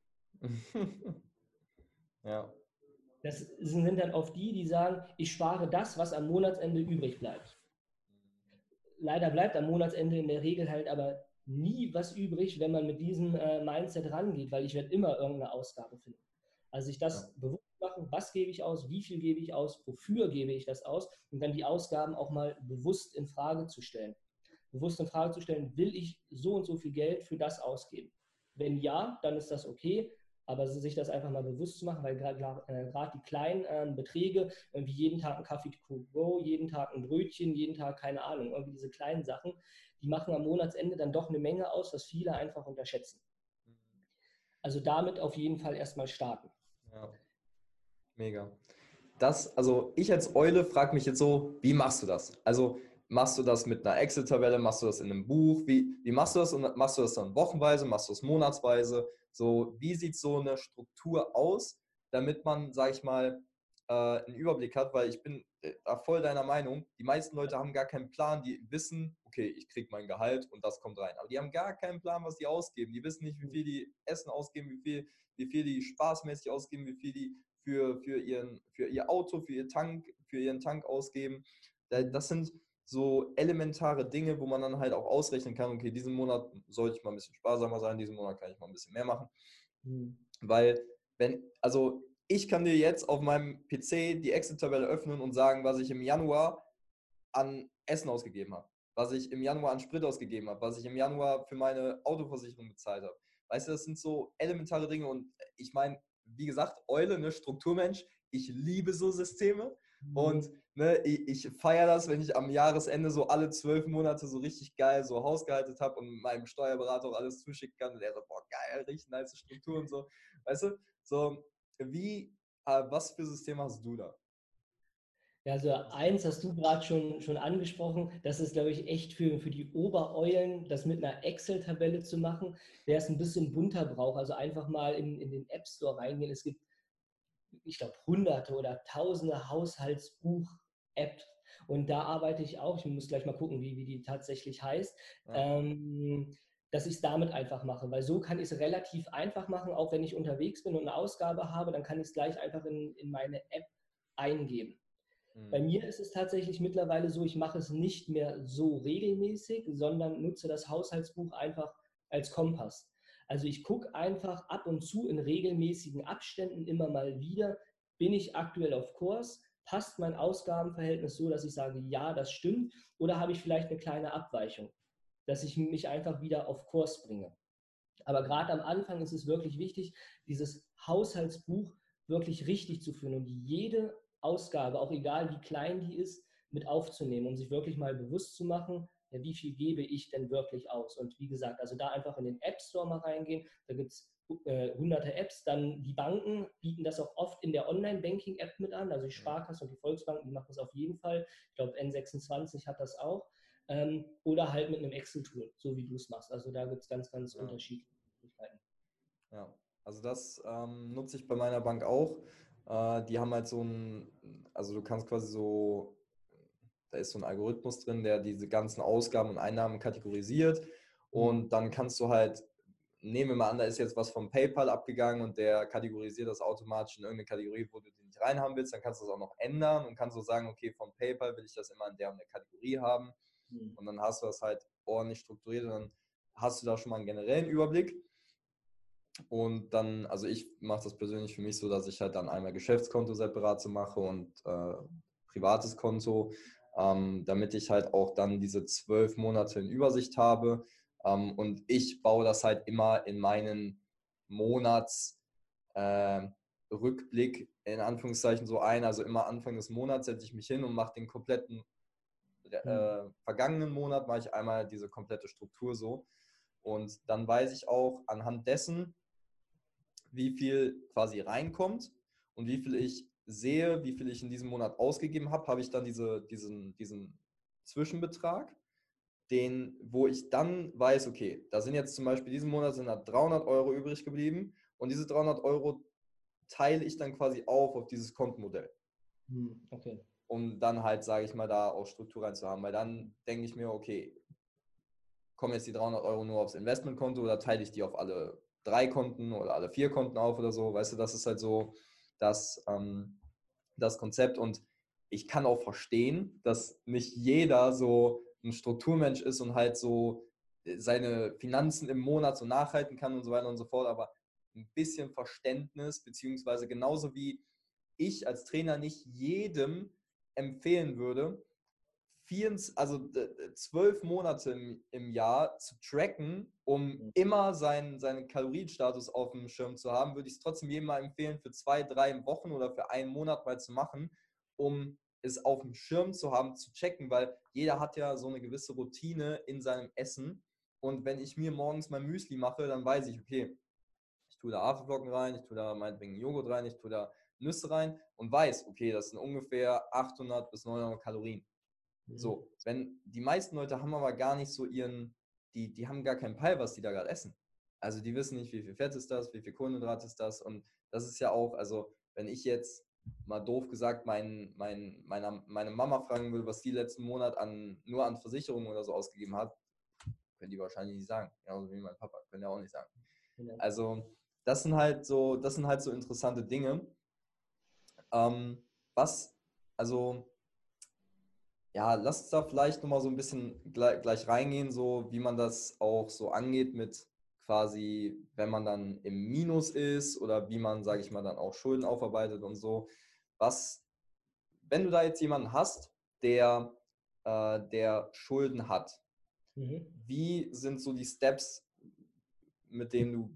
Ja. Das sind dann oft die, die sagen, ich spare das, was am Monatsende übrig bleibt. Leider bleibt am Monatsende in der Regel halt aber nie was übrig, wenn man mit diesem äh, Mindset rangeht, weil ich werde immer irgendeine Ausgabe finden. Also sich Ja. das bewusst machen, was gebe ich aus, wie viel gebe ich aus, wofür gebe ich das aus, und dann die Ausgaben auch mal bewusst in Frage zu stellen. Bewusst in Frage zu stellen, will ich so und so viel Geld für das ausgeben? Wenn ja, dann ist das okay, aber sich das einfach mal bewusst zu machen, weil gerade äh, die kleinen äh, Beträge, wie jeden Tag ein Kaffee to go, jeden Tag ein Brötchen, jeden Tag keine Ahnung, irgendwie diese kleinen Sachen, die machen am Monatsende dann doch eine Menge aus, was viele einfach unterschätzen. Also damit auf jeden Fall erstmal starten. Ja. Mega. Das, also ich als Eule frage mich jetzt so, wie machst du das? Also machst du das mit einer Excel-Tabelle, machst du das in einem Buch? Wie, wie machst du das? Und machst du das dann wochenweise, machst du das monatsweise? So, wie sieht so eine Struktur aus, damit man, sage ich mal, äh, einen Überblick hat? Weil ich bin äh, da voll deiner Meinung, die meisten Leute haben gar keinen Plan, die wissen, okay, ich kriege mein Gehalt und das kommt rein. Aber die haben gar keinen Plan, was die ausgeben. Die wissen nicht, wie viel die Essen ausgeben, wie viel, wie viel die spaßmäßig ausgeben, wie viel die für, für, ihren, für ihr Auto, für, ihr Tank, für ihren Tank ausgeben. Das sind so elementare Dinge, wo man dann halt auch ausrechnen kann, okay, diesen Monat sollte ich mal ein bisschen sparsamer sein, diesen Monat kann ich mal ein bisschen mehr machen. Mhm. Weil, wenn, also ich kann dir jetzt auf meinem P C die Excel-Tabelle öffnen und sagen, was ich im Januar an Essen ausgegeben habe, was ich im Januar an Sprit ausgegeben habe, was ich im Januar für meine Autoversicherung bezahlt habe. Weißt du, das sind so elementare Dinge und ich meine, wie gesagt, Eule, ne, Strukturmensch, ich liebe so Systeme Mhm. und ne, ich, ich feiere das, wenn ich am Jahresende so alle zwölf Monate so richtig geil so hausgehalten habe und meinem Steuerberater auch alles zuschicken kann und der so, boah, geil, richtig nice Struktur und so, weißt du, so, wie, äh, was für Systeme hast du da? Ja, also eins hast du gerade schon, schon angesprochen, das ist, glaube ich, echt für, für die Obereulen, das mit einer Excel-Tabelle zu machen, wer es ein bisschen bunter braucht, also einfach mal in, in den App Store reingehen. Es gibt, ich glaube, hunderte oder tausende Haushaltsbuch-Apps und da arbeite ich auch, ich muss gleich mal gucken, wie, wie die tatsächlich heißt, Ja. ähm, dass ich es damit einfach mache, weil so kann ich es relativ einfach machen, auch wenn ich unterwegs bin und eine Ausgabe habe, dann kann ich es gleich einfach in, in meine App eingeben. Bei Mhm. mir ist es tatsächlich mittlerweile so, ich mache es nicht mehr so regelmäßig, sondern nutze das Haushaltsbuch einfach als Kompass. Also ich gucke einfach ab und zu in regelmäßigen Abständen immer mal wieder, bin ich aktuell auf Kurs, passt mein Ausgabenverhältnis so, dass ich sage, ja, das stimmt, oder habe ich vielleicht eine kleine Abweichung, dass ich mich einfach wieder auf Kurs bringe. Aber gerade am Anfang ist es wirklich wichtig, dieses Haushaltsbuch wirklich richtig zu führen und jede Ausgabe, auch egal wie klein die ist, mit aufzunehmen, um sich wirklich mal bewusst zu machen, ja, wie viel gebe ich denn wirklich aus? Und wie gesagt, also da einfach in den App Store mal reingehen, da gibt es äh, hunderte Apps, dann die Banken bieten das auch oft in der Online-Banking-App mit an, also die Mhm. Sparkasse und die Volksbanken, die machen das auf jeden Fall. Ich glaube, N sechsundzwanzig hat das auch. Ähm, oder halt mit einem Excel-Tool, so wie du es machst. Also da gibt es ganz, ganz Ja. unterschiedliche Möglichkeiten. Ja, also das ähm, nutze ich bei meiner Bank auch. Äh, die haben halt so ein, also du kannst quasi so, da ist so ein Algorithmus drin, der diese ganzen Ausgaben und Einnahmen kategorisiert Mhm. und dann kannst du halt, nehmen wir mal an, da ist jetzt was vom PayPal abgegangen und der kategorisiert das automatisch in irgendeine Kategorie, wo du den nicht reinhaben willst, dann kannst du das auch noch ändern und kannst so sagen, okay, vom PayPal will ich das immer in der und der Kategorie haben Mhm. und dann hast du das halt ordentlich strukturiert und dann hast du da schon mal einen generellen Überblick. Und dann, also ich mache das persönlich für mich so, dass ich halt dann einmal Geschäftskonto separat so mache und äh, privates Konto, ähm, damit ich halt auch dann diese zwölf Monate in Übersicht habe. Ähm, und ich baue das halt immer in meinen Monatsrückblick äh, in Anführungszeichen so ein. Also immer Anfang des Monats setze ich mich hin und mache den kompletten Mhm. äh, vergangenen Monat, mache ich einmal diese komplette Struktur so. Und dann weiß ich auch anhand dessen, wie viel quasi reinkommt und wie viel ich sehe, wie viel ich in diesem Monat ausgegeben habe, habe ich dann diese, diesen, diesen Zwischenbetrag, den, wo ich dann weiß, okay, da sind jetzt zum Beispiel diesen Monat sind da dreihundert Euro übrig geblieben und diese dreihundert Euro teile ich dann quasi auf auf dieses Kontenmodell, Mhm. Okay. um dann halt, sage ich mal, da auch Struktur reinzuhaben, weil dann denke ich mir, okay, kommen jetzt die dreihundert Euro nur aufs Investmentkonto oder teile ich die auf alle drei Konten oder alle vier Konten auf oder so, weißt du, das ist halt so das, ähm, das Konzept und ich kann auch verstehen, dass nicht jeder so ein Strukturmensch ist und halt so seine Finanzen im Monat so nachhalten kann und so weiter und so fort, aber ein bisschen Verständnis, beziehungsweise genauso wie ich als Trainer nicht jedem empfehlen würde, vierundzwanzig, also zwölf Monate im, im Jahr zu tracken, um Mhm. immer seinen, seinen Kalorienstatus auf dem Schirm zu haben, würde ich es trotzdem jedem mal empfehlen, für zwei, drei Wochen oder für einen Monat mal zu machen, um es auf dem Schirm zu haben, zu checken, weil jeder hat ja so eine gewisse Routine in seinem Essen. Und wenn ich mir morgens mein Müsli mache, dann weiß ich, okay, ich tue da Haferflocken rein, ich tue da meinetwegen Joghurt rein, ich tue da Nüsse rein und weiß, okay, das sind ungefähr achthundert bis neunhundert Kalorien. Mhm. So, wenn die meisten Leute haben aber gar nicht so ihren, die, die haben gar keinen Peil, was die da gerade essen. Also die wissen nicht, wie viel Fett ist das, wie viel Kohlenhydrat ist das. Und das ist ja auch, also wenn ich jetzt mal doof gesagt mein, mein, meiner, meine Mama fragen will, was die letzten Monat an, nur an Versicherungen oder so ausgegeben hat, können die wahrscheinlich nicht sagen. Genauso wie mein Papa, können ja auch nicht sagen. Genau. Also das sind halt so, das sind halt so interessante Dinge. Ähm, was, also ja, lass uns da vielleicht nochmal so ein bisschen gleich, gleich reingehen, so wie man das auch so angeht mit quasi, wenn man dann im Minus ist oder wie man, sage ich mal, dann auch Schulden aufarbeitet und so. Was, wenn du da jetzt jemanden hast, der, äh, der Schulden hat, Mhm. wie sind so die Steps, mit denen du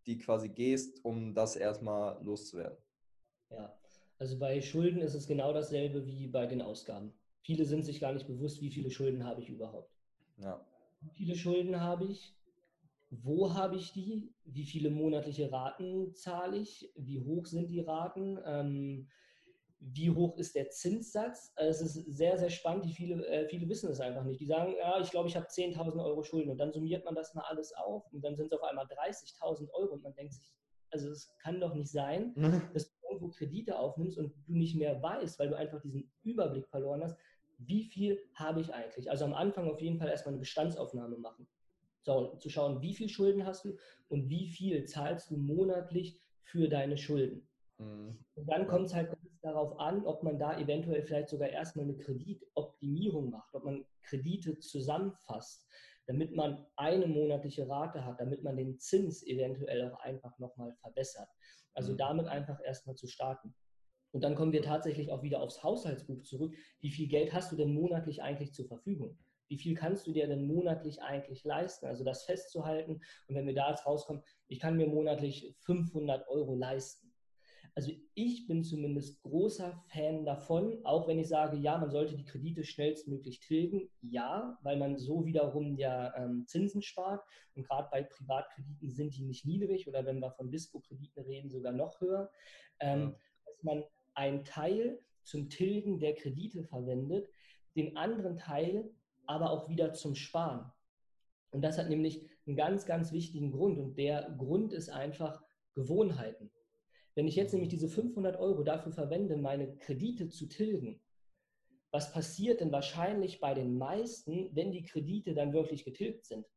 die quasi gehst, um das erstmal loszuwerden. Ja, also bei Schulden ist es genau dasselbe wie bei den Ausgaben. Viele sind sich gar nicht bewusst, wie viele Schulden habe ich überhaupt. Ja. Wie viele Schulden habe ich? Wo habe ich die? Wie viele monatliche Raten zahle ich? Wie hoch sind die Raten? Ähm, wie hoch ist der Zinssatz? Also es ist sehr, sehr spannend. Die viele, äh, viele wissen es einfach nicht. Die sagen, ja, ich glaube, ich habe zehntausend Euro Schulden. Und dann summiert man das mal alles auf und dann sind es auf einmal dreißigtausend Euro. Und man denkt sich, also es kann doch nicht sein, dass du irgendwo Kredite aufnimmst und du nicht mehr weißt, weil du einfach diesen Überblick verloren hast, wie viel habe ich eigentlich? Also am Anfang auf jeden Fall erstmal eine Bestandsaufnahme machen. So, zu schauen, wie viel Schulden hast du und wie viel zahlst du monatlich für deine Schulden. Mhm. Und dann Ja. kommt es halt ganz darauf an, ob man da eventuell vielleicht sogar erstmal eine Kreditoptimierung macht, ob man Kredite zusammenfasst, damit man eine monatliche Rate hat, damit man den Zins eventuell auch einfach nochmal verbessert. Also Mhm. damit einfach erstmal zu starten. Und dann kommen wir tatsächlich auch wieder aufs Haushaltsbuch zurück. Wie viel Geld hast du denn monatlich eigentlich zur Verfügung? Wie viel kannst du dir denn monatlich eigentlich leisten? Also das festzuhalten. Und wenn wir da jetzt rauskommen, ich kann mir monatlich fünfhundert Euro leisten. Also ich bin zumindest großer Fan davon, auch wenn ich sage, ja, man sollte die Kredite schnellstmöglich tilgen. Ja, weil man so wiederum ja ähm, Zinsen spart. Und gerade bei Privatkrediten sind die nicht niedrig oder wenn wir von Dispo-Krediten reden, sogar noch höher. Ja. Ähm, dass man einen Teil zum Tilgen der Kredite verwendet, den anderen Teil aber auch wieder zum Sparen. Und das hat nämlich einen ganz, ganz wichtigen Grund. Und der Grund ist einfach Gewohnheiten. Wenn ich jetzt nämlich diese fünfhundert Euro dafür verwende, meine Kredite zu tilgen, was passiert denn wahrscheinlich bei den meisten, wenn die Kredite dann wirklich getilgt sind?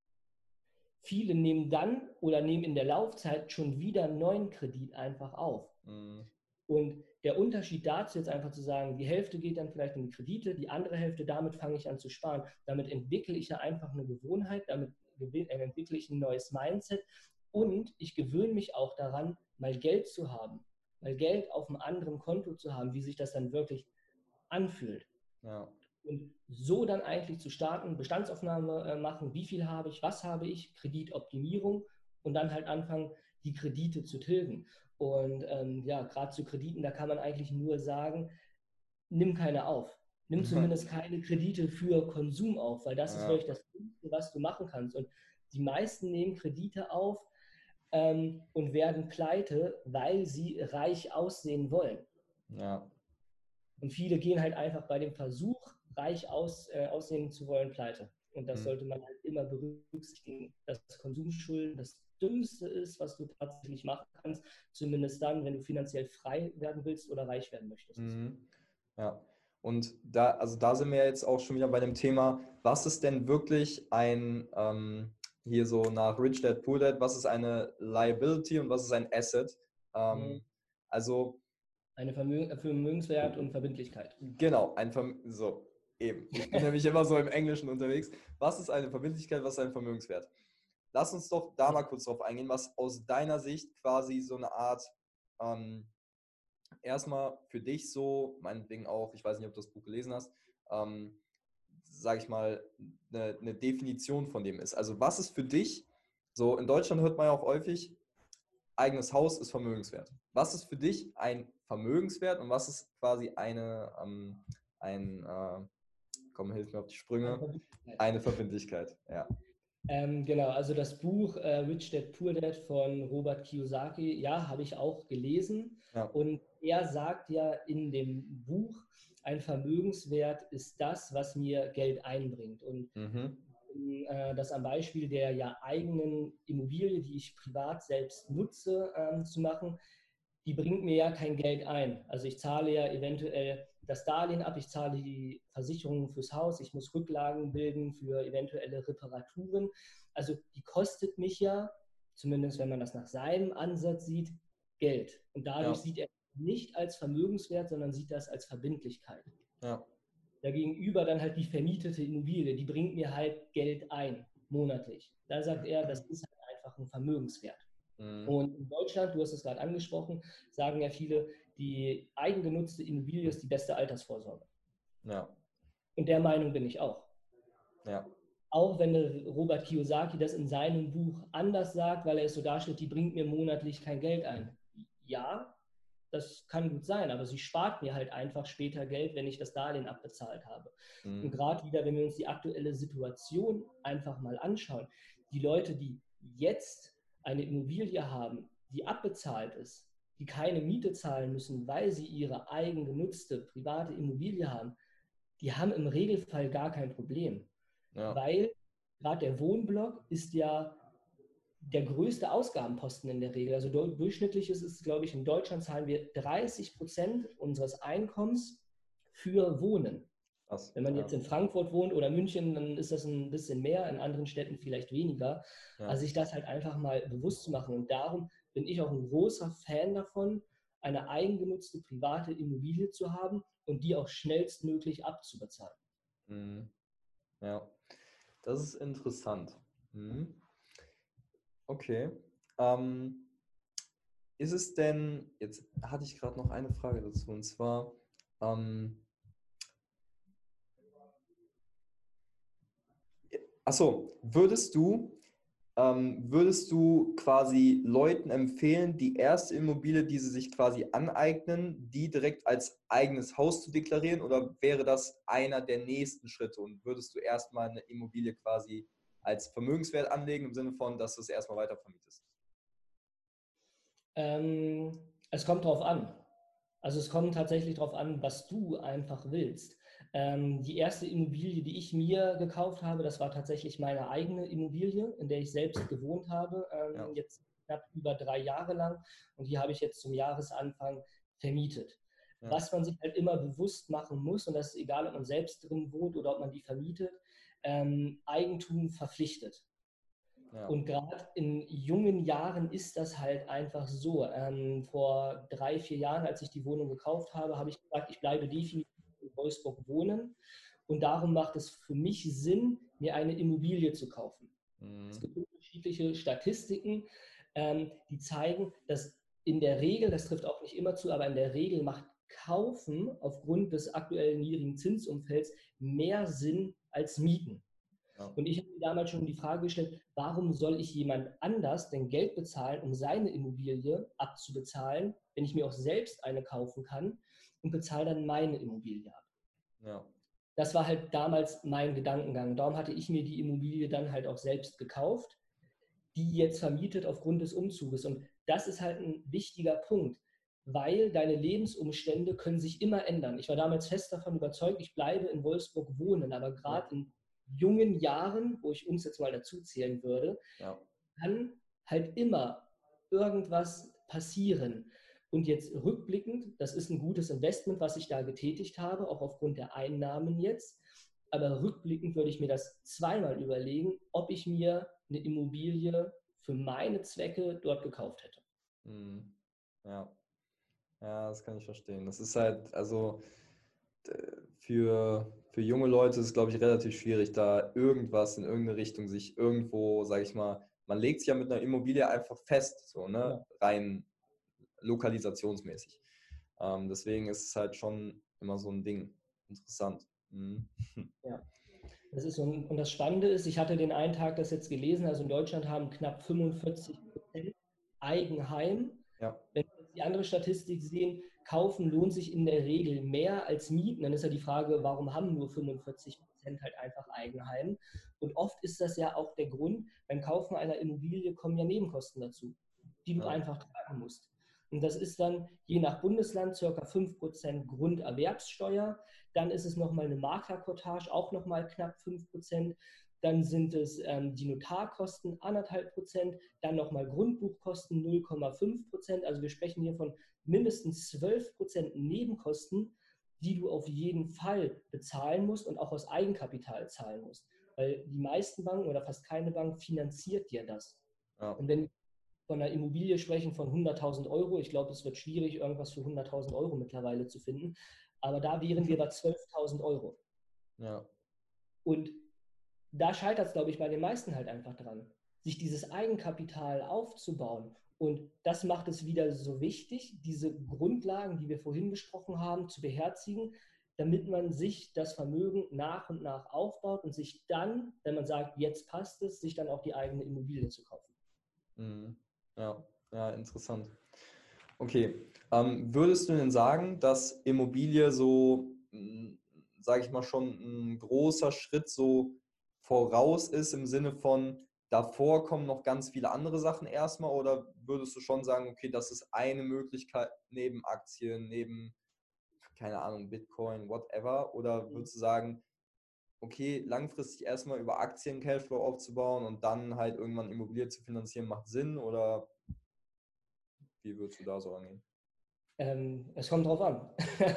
Viele nehmen dann oder nehmen in der Laufzeit schon wieder einen neuen Kredit einfach auf. Mhm. Und der Unterschied dazu jetzt einfach zu sagen, die Hälfte geht dann vielleicht in die Kredite, die andere Hälfte, damit fange ich an zu sparen. Damit entwickle ich ja einfach eine Gewohnheit, damit entwickle ich ein neues Mindset und ich gewöhne mich auch daran, mal Geld zu haben, mal Geld auf einem anderen Konto zu haben, wie sich das dann wirklich anfühlt. Ja. Und so dann eigentlich zu starten, Bestandsaufnahme äh, machen, wie viel habe ich, was habe ich, Kreditoptimierung und dann halt anfangen, die Kredite zu tilgen. Und ähm, ja, gerade zu Krediten, da kann man eigentlich nur sagen, nimm keine auf. Nimm zumindest keine Kredite für Konsum auf, weil das ist Ja. wirklich das Dümmste, was du machen kannst. Und die meisten nehmen Kredite auf ähm, und werden pleite, weil sie reich aussehen wollen. Ja. Und viele gehen halt einfach bei dem Versuch, reich aus, äh, aussehen zu wollen, pleite. Und das Mhm. sollte man halt immer berücksichtigen, dass Konsumschulden das Dümmste ist, was du tatsächlich machen kannst, zumindest dann, wenn du finanziell frei werden willst oder reich werden möchtest. Mhm. Ja. Und da, also da sind wir jetzt auch schon wieder bei dem Thema, was ist denn wirklich ein, ähm, hier so nach Rich Dad Poor Dad, was ist eine Liability und was ist ein Asset? Mhm. Ähm, also Eine Vermögen, Vermögenswert und Verbindlichkeit. genau, ein Verm so eben. Ich bin nämlich immer so im Englischen unterwegs. Was ist eine Verbindlichkeit, was ist ein Vermögenswert? Lass uns doch da mal kurz drauf eingehen, was aus deiner Sicht quasi so eine Art ähm, erstmal für dich so, meinetwegen auch, ich weiß nicht, ob du das Buch gelesen hast, ähm, sage ich mal, eine, eine Definition von dem ist. Also was ist für dich, so in Deutschland hört man ja auch häufig, eigenes Haus ist Vermögenswert. Was ist für dich ein Vermögenswert und was ist quasi eine, ähm, ein, äh, komm, hilf mir auf die Eine Sprünge, Verbindlichkeit. eine Verbindlichkeit, ja. Ähm, genau, also das Buch äh, Rich Dad Poor Dad von Robert Kiyosaki, ja, habe ich auch gelesen. Ja. Und er sagt ja in dem Buch, ein Vermögenswert ist das, was mir Geld einbringt. Und Mhm. um äh, das am Beispiel der ja eigenen Immobilie, die ich privat selbst nutze, ähm, zu machen, die bringt mir ja kein Geld ein. Also ich zahle ja eventuell das Darlehen ab, ich zahle die Versicherungen fürs Haus, ich muss Rücklagen bilden für eventuelle Reparaturen. Also die kostet mich ja, zumindest wenn man das nach seinem Ansatz sieht, Geld. Und dadurch Ja. sieht er nicht als Vermögenswert, sondern sieht das als Verbindlichkeit. Ja. Dagegenüber dann halt die vermietete Immobilie, die bringt mir halt Geld ein, monatlich. Da sagt er, das ist halt einfach ein Vermögenswert. Mhm. Und in Deutschland, du hast es gerade angesprochen, sagen ja viele, die eigengenutzte Immobilie ist die beste Altersvorsorge. Ja. Und der Meinung bin ich auch. Ja. Auch wenn der Robert Kiyosaki das in seinem Buch anders sagt, weil er es so darstellt, die bringt mir monatlich kein Geld ein. Ja, das kann gut sein, aber sie spart mir halt einfach später Geld, wenn ich das Darlehen abbezahlt habe. Und Mhm. gerade wieder, wenn wir uns die aktuelle Situation einfach mal anschauen, die Leute, die jetzt eine Immobilie haben, die abbezahlt ist, die keine Miete zahlen müssen, weil sie ihre eigengenutzte private Immobilie haben, die haben im Regelfall gar kein Problem. Ja. Weil gerade der Wohnblock ist ja der größte Ausgabenposten in der Regel. Also durchschnittlich ist es, glaube ich, in Deutschland zahlen wir dreißig Prozent unseres Einkommens für Wohnen. Krass. Wenn man Ja. jetzt in Frankfurt wohnt oder München, dann ist das ein bisschen mehr, in anderen Städten vielleicht weniger. Ja. Also sich das halt einfach mal bewusst zu machen. Und darum bin ich auch ein großer Fan davon, eine eigengenutzte private Immobilie zu haben und die auch schnellstmöglich abzubezahlen. Mhm. Ja, das ist interessant. Mhm. Okay. Ähm, ist es denn, jetzt hatte ich gerade noch eine Frage dazu, und zwar, ähm, achso, würdest du, ähm, würdest du quasi Leuten empfehlen, die erste Immobilie, die sie sich quasi aneignen, die direkt als eigenes Haus zu deklarieren, oder wäre das einer der nächsten Schritte und würdest du erstmal eine Immobilie quasi als Vermögenswert anlegen, im Sinne von, dass du es erstmal weiter vermietest? Ähm, es kommt drauf an. Also es kommt tatsächlich darauf an, was du einfach willst. Ähm, die erste Immobilie, die ich mir gekauft habe, das war tatsächlich meine eigene Immobilie, in der ich selbst gewohnt habe, Ja. ähm, jetzt knapp über drei Jahre lang. Und die habe ich jetzt zum Jahresanfang vermietet. Ja. Was man sich halt immer bewusst machen muss, und das ist egal, ob man selbst drin wohnt oder ob man die vermietet, ähm, Eigentum verpflichtet. Ja. Und gerade in jungen Jahren ist das halt einfach so. Ähm, vor drei, vier Jahren, als ich die Wohnung gekauft habe, habe ich gesagt, ich bleibe definitiv in Wolfsburg wohnen. Und darum macht es für mich Sinn, mir eine Immobilie zu kaufen. Es Mhm. gibt unterschiedliche Statistiken, ähm, die zeigen, dass in der Regel, das trifft auch nicht immer zu, aber in der Regel macht Kaufen aufgrund des aktuellen niedrigen Zinsumfelds mehr Sinn als Mieten. Ja. Und ich habe mir damals schon die Frage gestellt, warum soll ich jemand anders denn Geld bezahlen, um seine Immobilie abzubezahlen, wenn ich mir auch selbst eine kaufen kann und bezahle dann meine Immobilie ab. Ja. Das war halt damals mein Gedankengang. Darum hatte ich mir die Immobilie dann halt auch selbst gekauft, die jetzt vermietet aufgrund des Umzuges. Und das ist halt ein wichtiger Punkt, weil deine Lebensumstände können sich immer ändern. Ich war damals fest davon überzeugt, ich bleibe in Wolfsburg wohnen, aber Ja. gerade in jungen Jahren, wo ich uns jetzt mal dazu zählen würde, Ja. kann halt immer irgendwas passieren. Und jetzt rückblickend, das ist ein gutes Investment, was ich da getätigt habe, auch aufgrund der Einnahmen jetzt. Aber rückblickend würde ich mir das zweimal überlegen, ob ich mir eine Immobilie für meine Zwecke dort gekauft hätte. Mhm. Ja. Ja, das kann ich verstehen. Das ist halt, also für, für junge Leute ist es, glaube ich, relativ schwierig, da irgendwas in irgendeine Richtung sich irgendwo, sage ich mal, man legt sich ja mit einer Immobilie einfach fest, so, ne, Genau. rein lokalisationsmäßig. Ähm, deswegen ist es halt schon immer so ein Ding. Interessant. Mhm. Ja. Das ist so ein, und das Spannende ist, ich hatte den einen Tag das jetzt gelesen, also in Deutschland haben knapp fünfundvierzig Prozent Eigenheim. Ja. Wenn wir jetzt die andere Statistik sehen, kaufen lohnt sich in der Regel mehr als mieten. Dann ist ja die Frage, warum haben nur fünfundvierzig Prozent halt einfach Eigenheim? Und oft ist das ja auch der Grund, beim Kaufen einer Immobilie kommen ja Nebenkosten dazu, die du Ja. einfach tragen musst. Und das ist dann je nach Bundesland ca. fünf Prozent Grunderwerbssteuer. Dann ist es nochmal eine Maklerkotage, auch nochmal knapp fünf Prozent. Dann sind es ähm, die Notarkosten, anderthalb Prozent. Dann nochmal Grundbuchkosten, null Komma fünf Prozent. Also wir sprechen hier von mindestens zwölf Prozent Nebenkosten, die du auf jeden Fall bezahlen musst und auch aus Eigenkapital zahlen musst. Weil die meisten Banken oder fast keine Bank finanziert dir das. Ja. Und wenn wir von einer Immobilie sprechen von hunderttausend Euro, ich glaube, es wird schwierig, irgendwas für hunderttausend Euro mittlerweile zu finden, aber da wären wir bei zwölftausend Euro. Ja. Und da scheitert es, glaube ich, bei den meisten halt einfach dran, sich dieses Eigenkapital aufzubauen. Und das macht es wieder so wichtig, diese Grundlagen, die wir vorhin besprochen haben, zu beherzigen. damit man sich das Vermögen nach und nach aufbaut und sich dann, wenn man sagt, jetzt passt es, sich dann auch die eigene Immobilie zu kaufen. Mhm. Ja, ja, interessant. Okay, ähm, würdest du denn sagen, dass Immobilie so, sage ich mal, schon ein großer Schritt so voraus ist im Sinne von, davor kommen noch ganz viele andere Sachen erstmal, oder würdest du schon sagen, okay, das ist eine Möglichkeit neben Aktien, neben, keine Ahnung, Bitcoin, whatever, oder würdest du sagen, okay, langfristig erstmal über Aktien Cashflow aufzubauen und dann halt irgendwann Immobilie zu finanzieren, macht Sinn, oder wie würdest du da so angehen? Ähm, es kommt drauf an.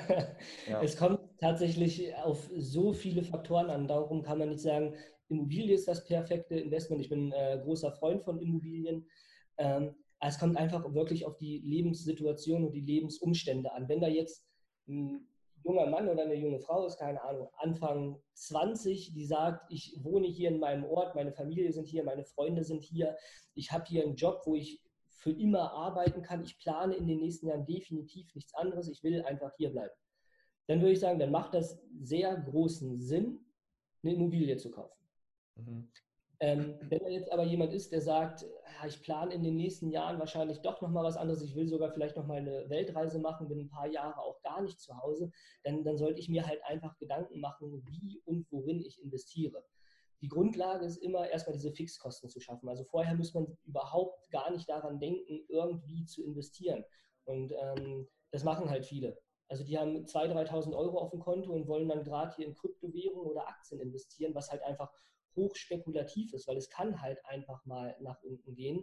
Ja. Es kommt tatsächlich auf so viele Faktoren an. Darum kann man nicht sagen, Immobilie ist das perfekte Investment. Ich bin äh, großer Freund von Immobilien. Ähm, es kommt einfach wirklich auf die Lebenssituation und die Lebensumstände an. Wenn da jetzt ein junger Mann oder eine junge Frau ist, keine Ahnung, Anfang zwanzig, die sagt, ich wohne hier in meinem Ort, meine Familie sind hier, meine Freunde sind hier, ich habe hier einen Job, wo ich für immer arbeiten kann. Ich plane in den nächsten Jahren definitiv nichts anderes. Ich will einfach hier bleiben. Dann würde ich sagen, dann macht das sehr großen Sinn, eine Immobilie zu kaufen. Mhm. Ähm, wenn da jetzt aber jemand ist, der sagt, ja, ich plane in den nächsten Jahren wahrscheinlich doch nochmal was anderes, ich will sogar vielleicht nochmal eine Weltreise machen, bin ein paar Jahre auch gar nicht zu Hause, dann, dann sollte ich mir halt einfach Gedanken machen, wie und worin ich investiere. Die Grundlage ist immer erstmal diese Fixkosten zu schaffen. Also vorher muss man überhaupt gar nicht daran denken, irgendwie zu investieren. Und ähm, das machen halt viele. Also die haben zweitausend, dreitausend Euro auf dem Konto und wollen dann gerade hier in Kryptowährungen oder Aktien investieren, was halt einfach hochspekulativ ist, weil es kann halt einfach mal nach unten gehen.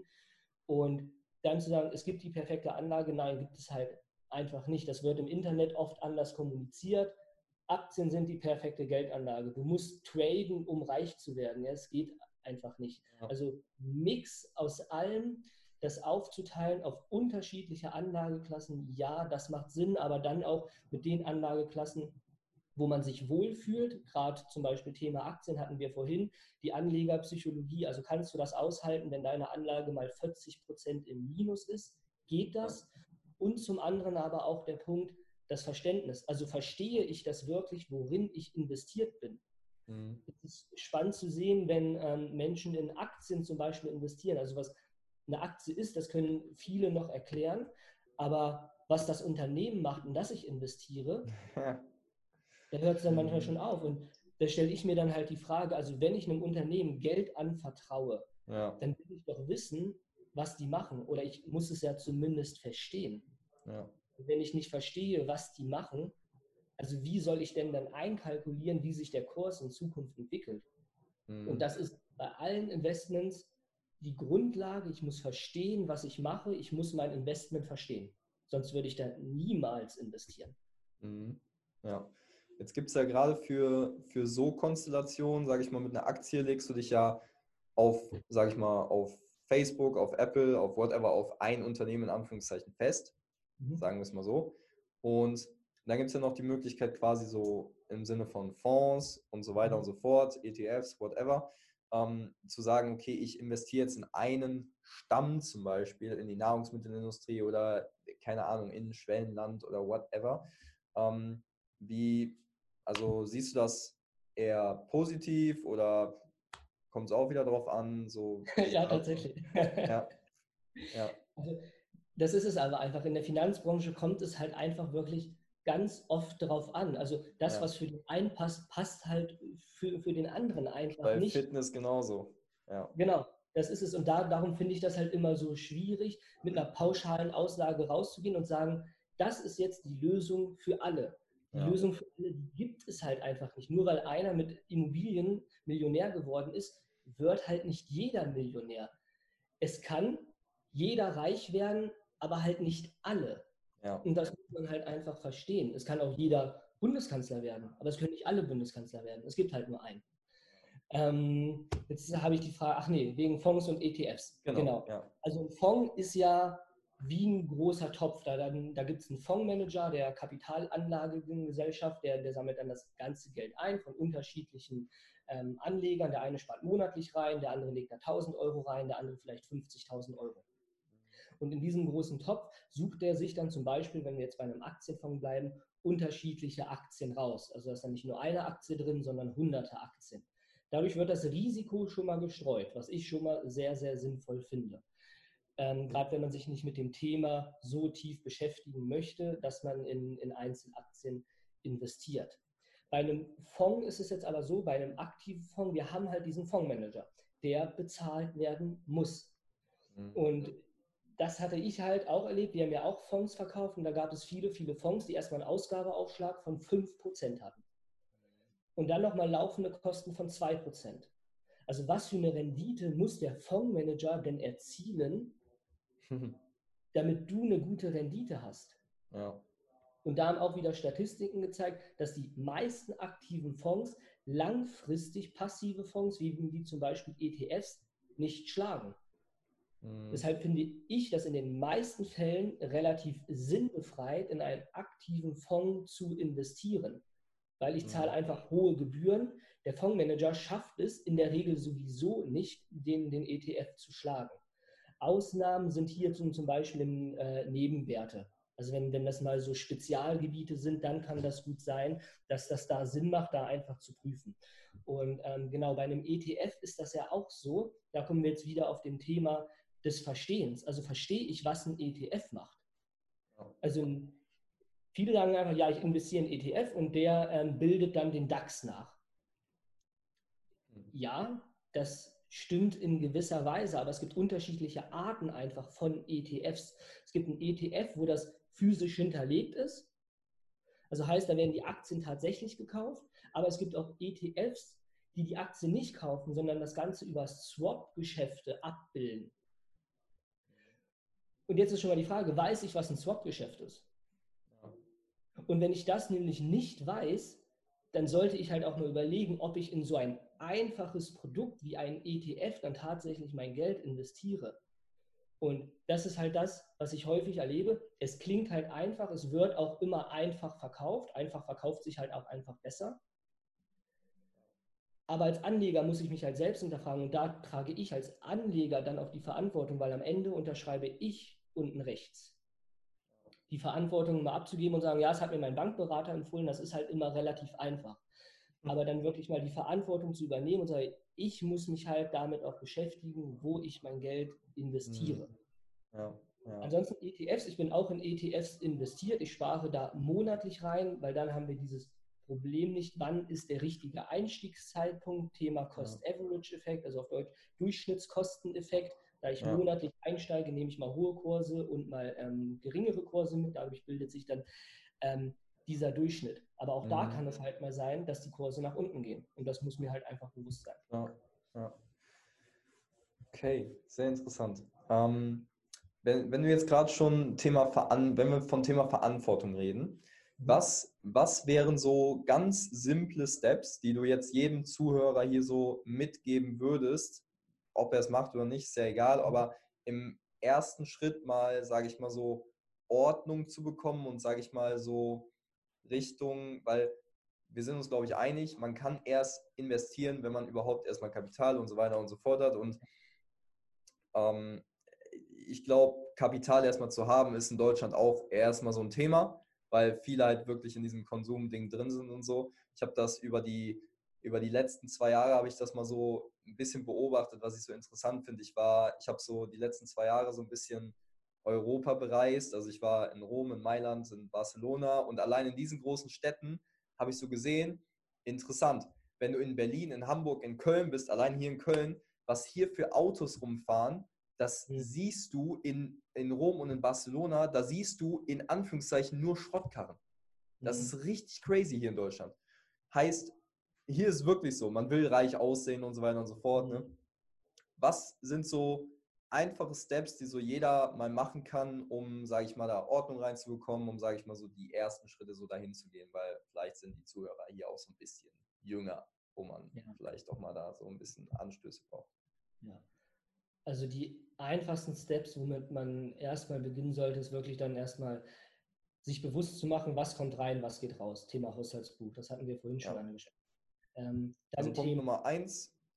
Und dann zu sagen, es gibt die perfekte Anlage, nein, gibt es halt einfach nicht. Das wird im Internet oft anders kommuniziert. Aktien sind die perfekte Geldanlage. Du musst traden, um reich zu werden. Ja, es geht einfach nicht. Ja. Also Mix aus allem, das aufzuteilen auf unterschiedliche Anlageklassen, ja, das macht Sinn, aber dann auch mit den Anlageklassen, wo man sich wohlfühlt, gerade zum Beispiel Thema Aktien hatten wir vorhin, die Anlegerpsychologie, also kannst du das aushalten, wenn deine Anlage mal vierzig Prozent im Minus ist, geht das? Und zum anderen aber auch der Punkt, das Verständnis. Also verstehe ich das wirklich, worin ich investiert bin? Mhm. Es ist spannend zu sehen, wenn ähm, Menschen in Aktien zum Beispiel investieren. Also was eine Aktie ist, das können viele noch erklären, aber was das Unternehmen macht, in das ich investiere, da hört es dann manchmal schon auf. Und da stelle ich mir dann halt die Frage, also wenn ich einem Unternehmen Geld anvertraue, Ja. dann will ich doch wissen, was die machen. Oder ich muss es ja zumindest verstehen. Ja. Und wenn ich nicht verstehe, was die machen, also wie soll ich denn dann einkalkulieren, wie sich der Kurs in Zukunft entwickelt? Und Mhm. das ist bei allen Investments die Grundlage. Ich muss verstehen, was ich mache. Ich muss mein Investment verstehen. Sonst würde ich da niemals investieren. Mhm. Ja. Jetzt gibt es ja gerade für, für so Konstellationen, sage ich mal, mit einer Aktie legst du dich ja auf, sage ich mal, auf Facebook, auf Apple, auf whatever, auf ein Unternehmen in Anführungszeichen fest, Mhm. sagen wir es mal so. Und dann gibt es ja noch die Möglichkeit quasi so im Sinne von Fonds und so weiter und so fort, E T Fs, whatever, ähm, zu sagen, okay, ich investiere jetzt in einen Stamm zum Beispiel, in die Nahrungsmittelindustrie oder keine Ahnung, in Schwellenland oder whatever. Ähm, wie, also siehst du das eher positiv oder kommt es auch wieder drauf an? So, wie ist Ja, das so? tatsächlich. Ja, ja, Also, das ist es aber einfach. In der Finanzbranche kommt es halt einfach wirklich ganz oft darauf an. Also das, ja. was für den einen passt, passt halt für, für den anderen einfach Bei nicht. Fitness genauso. Ja, Genau, das ist es. Und da, darum finde ich das halt immer so schwierig, mit einer pauschalen Aussage rauszugehen und sagen, das ist jetzt die Lösung für alle. Die ja, Lösung für alle, die gibt es halt einfach nicht. Nur weil einer mit Immobilien Millionär geworden ist, wird halt nicht jeder Millionär. Es kann jeder reich werden, aber halt nicht alle. ja. Und das muss man halt einfach verstehen. Es kann auch jeder Bundeskanzler werden, aber es können nicht alle Bundeskanzler werden. Es gibt halt nur einen. Ähm, jetzt habe ich die Frage, ach nee, wegen Fonds und E T Fs. Genau, Genau. ja. Also ein Fonds ist ja wie ein großer Topf. Da, dann, da gibt es einen Fondsmanager, der Kapitalanlagegesellschaft, der, der sammelt dann das ganze Geld ein von unterschiedlichen ähm, Anlegern. Der eine spart monatlich rein, der andere legt da tausend Euro rein, der andere vielleicht fünfzigtausend Euro. Und in diesem großen Topf sucht er sich dann zum Beispiel, wenn wir jetzt bei einem Aktienfonds bleiben, unterschiedliche Aktien raus. Also da ist dann nicht nur eine Aktie drin, sondern hunderte Aktien. Dadurch wird das Risiko schon mal gestreut, was ich schon mal sehr, sehr sinnvoll finde. Ähm, gerade wenn man sich nicht mit dem Thema so tief beschäftigen möchte, dass man in, in Einzelaktien investiert. Bei einem Fonds ist es jetzt aber so, bei einem aktiven Fonds, wir haben halt diesen Fondsmanager, der bezahlt werden muss. Mhm. Und das hatte ich halt auch erlebt. Wir haben ja auch Fonds verkauft und da gab es viele, viele Fonds, die erstmal einen Ausgabeaufschlag von fünf Prozent hatten. Und dann nochmal laufende Kosten von zwei Prozent. Also was für eine Rendite muss der Fondsmanager denn erzielen, damit du eine gute Rendite hast? Ja. Und da haben auch wieder Statistiken gezeigt, dass die meisten aktiven Fonds langfristig passive Fonds, wie, wie zum Beispiel E T Fs, nicht schlagen. Mhm. Deshalb finde ich, dass in den meisten Fällen relativ sinnbefreit in einen aktiven Fonds zu investieren. Weil ich zahle einfach hohe Gebühren. Der Fondsmanager schafft es in der Regel sowieso nicht, den, den E T F zu schlagen. Ausnahmen sind hier zum, zum Beispiel in, äh, Nebenwerte. Also wenn, wenn das mal so Spezialgebiete sind, dann kann das gut sein, dass das da Sinn macht, da einfach zu prüfen. Und ähm, genau, bei einem E T F ist das ja auch so, da kommen wir jetzt wieder auf dem Thema des Verstehens. Also verstehe ich, was ein E T F macht. Also ein Viele sagen einfach, ja, ich investiere in E T F und der ähm, bildet dann den DAX nach. Ja, das stimmt in gewisser Weise, aber es gibt unterschiedliche Arten einfach von E T Fs. Es gibt ein E T F, wo das physisch hinterlegt ist. Also heißt, da werden die Aktien tatsächlich gekauft, aber es gibt auch E T Fs, die die Aktien nicht kaufen, sondern das Ganze über Swap-Geschäfte abbilden. Und jetzt ist schon mal die Frage, weiß ich, was ein Swap-Geschäft ist? Und wenn ich das nämlich nicht weiß, dann sollte ich halt auch mal überlegen, ob ich in so ein einfaches Produkt wie ein E T F dann tatsächlich mein Geld investiere. Und das ist halt das, was ich häufig erlebe. Es klingt halt einfach, es wird auch immer einfach verkauft. Einfach verkauft sich halt auch einfach besser. Aber als Anleger muss ich mich halt selbst hinterfragen und da trage ich als Anleger dann auch die Verantwortung, weil am Ende unterschreibe ich unten rechts. Die Verantwortung mal abzugeben und sagen, ja, es hat mir mein Bankberater empfohlen, das ist halt immer relativ einfach. Aber dann wirklich mal die Verantwortung zu übernehmen und sagen, ich muss mich halt damit auch beschäftigen, wo ich mein Geld investiere. Ja, ja. Ansonsten E T Fs, ich bin auch in E T Fs investiert, ich spare da monatlich rein, weil dann haben wir dieses Problem nicht, wann ist der richtige Einstiegszeitpunkt, Thema Cost-Average-Effekt, also auf Deutsch Durchschnittskosteneffekt. Da ich ja. monatlich einsteige, nehme ich mal hohe Kurse und mal ähm, geringere Kurse mit. Dadurch bildet sich dann ähm, dieser Durchschnitt. Aber auch mhm. da kann es halt mal sein, dass die Kurse nach unten gehen. Und das muss mir halt einfach bewusst sein. Ja, ja. Okay, sehr interessant. Ähm, wenn, wenn wir jetzt gerade schon Thema Veran- wenn wir vom Thema Verantwortung reden, mhm. was, was wären so ganz simple Steps, die du jetzt jedem Zuhörer hier so mitgeben würdest? Ob er es macht oder nicht, ist ja egal, aber im ersten Schritt mal, sage ich mal so, Ordnung zu bekommen und sage ich mal so Richtung, weil wir sind uns, glaube ich, einig, man kann erst investieren, wenn man überhaupt erstmal Kapital und so weiter und so fort hat und ähm, ich glaube, Kapital erstmal zu haben, ist in Deutschland auch erstmal so ein Thema, weil viele halt wirklich in diesem Konsumding drin sind und so. Ich habe das über die Über die letzten zwei Jahre habe ich das mal so ein bisschen beobachtet, was ich so interessant finde. Ich war, ich habe so die letzten zwei Jahre so ein bisschen Europa bereist. Also ich war in Rom, in Mailand, in Barcelona und allein in diesen großen Städten habe ich so gesehen, interessant, wenn du in Berlin, in Hamburg, in Köln bist, allein hier in Köln, was hier für Autos rumfahren, das mhm. siehst du in, in Rom und in Barcelona, da siehst du in Anführungszeichen nur Schrottkarren. Das mhm. ist richtig crazy hier in Deutschland. Heißt, hier ist wirklich so, man will reich aussehen und so weiter und so fort. Ne? Was sind so einfache Steps, die so jeder mal machen kann, um, sage ich mal, da Ordnung reinzubekommen, um, sage ich mal, so die ersten Schritte so dahin zu gehen, weil vielleicht sind die Zuhörer hier auch so ein bisschen jünger, wo man ja. vielleicht auch mal da so ein bisschen Anstöße braucht. Ja. Also die einfachsten Steps, womit man erstmal beginnen sollte, ist wirklich dann erstmal sich bewusst zu machen, was kommt rein, was geht raus. Thema Haushaltsbuch, das hatten wir vorhin schon ja. angeschaut. Ähm, also Punkt Thema Nummer eins,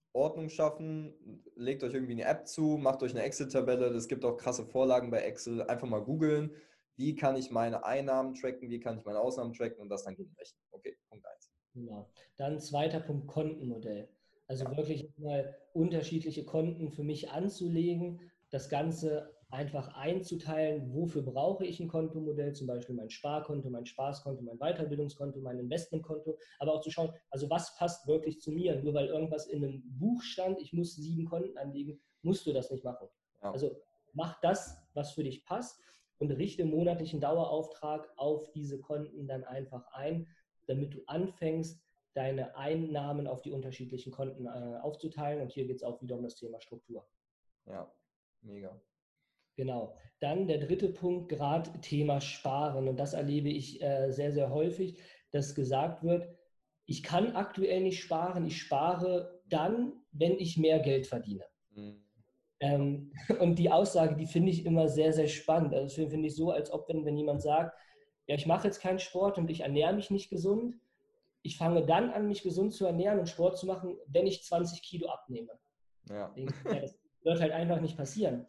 Ordnung schaffen, legt euch irgendwie eine App zu, macht euch eine Excel-Tabelle, es gibt auch krasse Vorlagen bei Excel, einfach mal googeln, wie kann ich meine Einnahmen tracken, wie kann ich meine Ausnahmen tracken und das dann gegenrechnen. Okay, Punkt eins. Genau. Dann zweiter Punkt, Kontenmodell. Also Ja. wirklich mal unterschiedliche Konten für mich anzulegen, das Ganze einfach einzuteilen, wofür brauche ich ein Kontomodell, zum Beispiel mein Sparkonto, mein Spaßkonto, mein Weiterbildungskonto, mein Investmentkonto, aber auch zu schauen, also was passt wirklich zu mir. Nur weil irgendwas in einem Buch stand, ich muss sieben Konten anlegen, musst du das nicht machen. Ja. Also mach das, was für dich passt und richte monatlichen Dauerauftrag auf diese Konten dann einfach ein, damit du anfängst, deine Einnahmen auf die unterschiedlichen Konten äh, aufzuteilen. Und hier geht es auch wieder um das Thema Struktur. Ja, mega. Genau. Dann der dritte Punkt, gerade Thema Sparen. Und das erlebe ich äh, sehr, sehr häufig, dass gesagt wird, ich kann aktuell nicht sparen, ich spare dann, wenn ich mehr Geld verdiene. Mhm. Ähm, und die Aussage, die finde ich immer sehr, sehr spannend. Also finde ich so, als ob wenn, wenn jemand sagt, ja, ich mache jetzt keinen Sport und ich ernähre mich nicht gesund, ich fange dann an, mich gesund zu ernähren und Sport zu machen, wenn ich zwanzig Kilo abnehme. Ja. Ja, das wird halt einfach nicht passieren.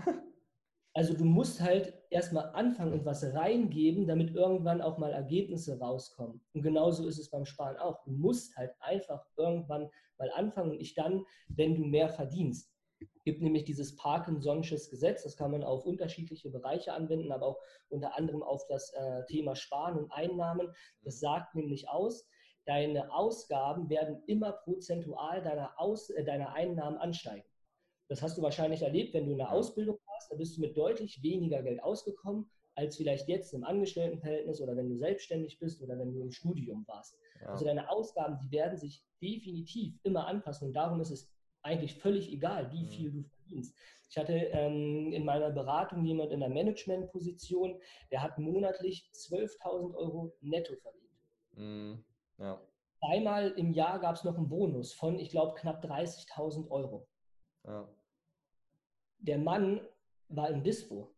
Also du musst halt erstmal anfangen und was reingeben, damit irgendwann auch mal Ergebnisse rauskommen. Und genauso ist es beim Sparen auch. Du musst halt einfach irgendwann mal anfangen und nicht dann, wenn du mehr verdienst. Es gibt nämlich dieses Parkinson'sches Gesetz, das kann man auf unterschiedliche Bereiche anwenden, aber auch unter anderem auf das äh, Thema Sparen und Einnahmen. Das sagt nämlich aus, deine Ausgaben werden immer prozentual deiner, Aus, äh, deiner Einnahmen ansteigen. Das hast du wahrscheinlich erlebt, wenn du eine Ja. Ausbildung hast, da bist du mit deutlich weniger Geld ausgekommen, als vielleicht jetzt im Angestelltenverhältnis oder wenn du selbstständig bist oder wenn du im Studium warst. Ja. Also deine Ausgaben, die werden sich definitiv immer anpassen und darum ist es eigentlich völlig egal, wie viel du verdienst. Ich hatte ähm, in meiner Beratung jemand in der Managementposition, der hat monatlich zwölftausend Euro netto verdient. Mhm. Ja. Einmal im Jahr gab es noch einen Bonus von, ich glaube, knapp dreißigtausend Euro. Ja. Der Mann war im Dispo.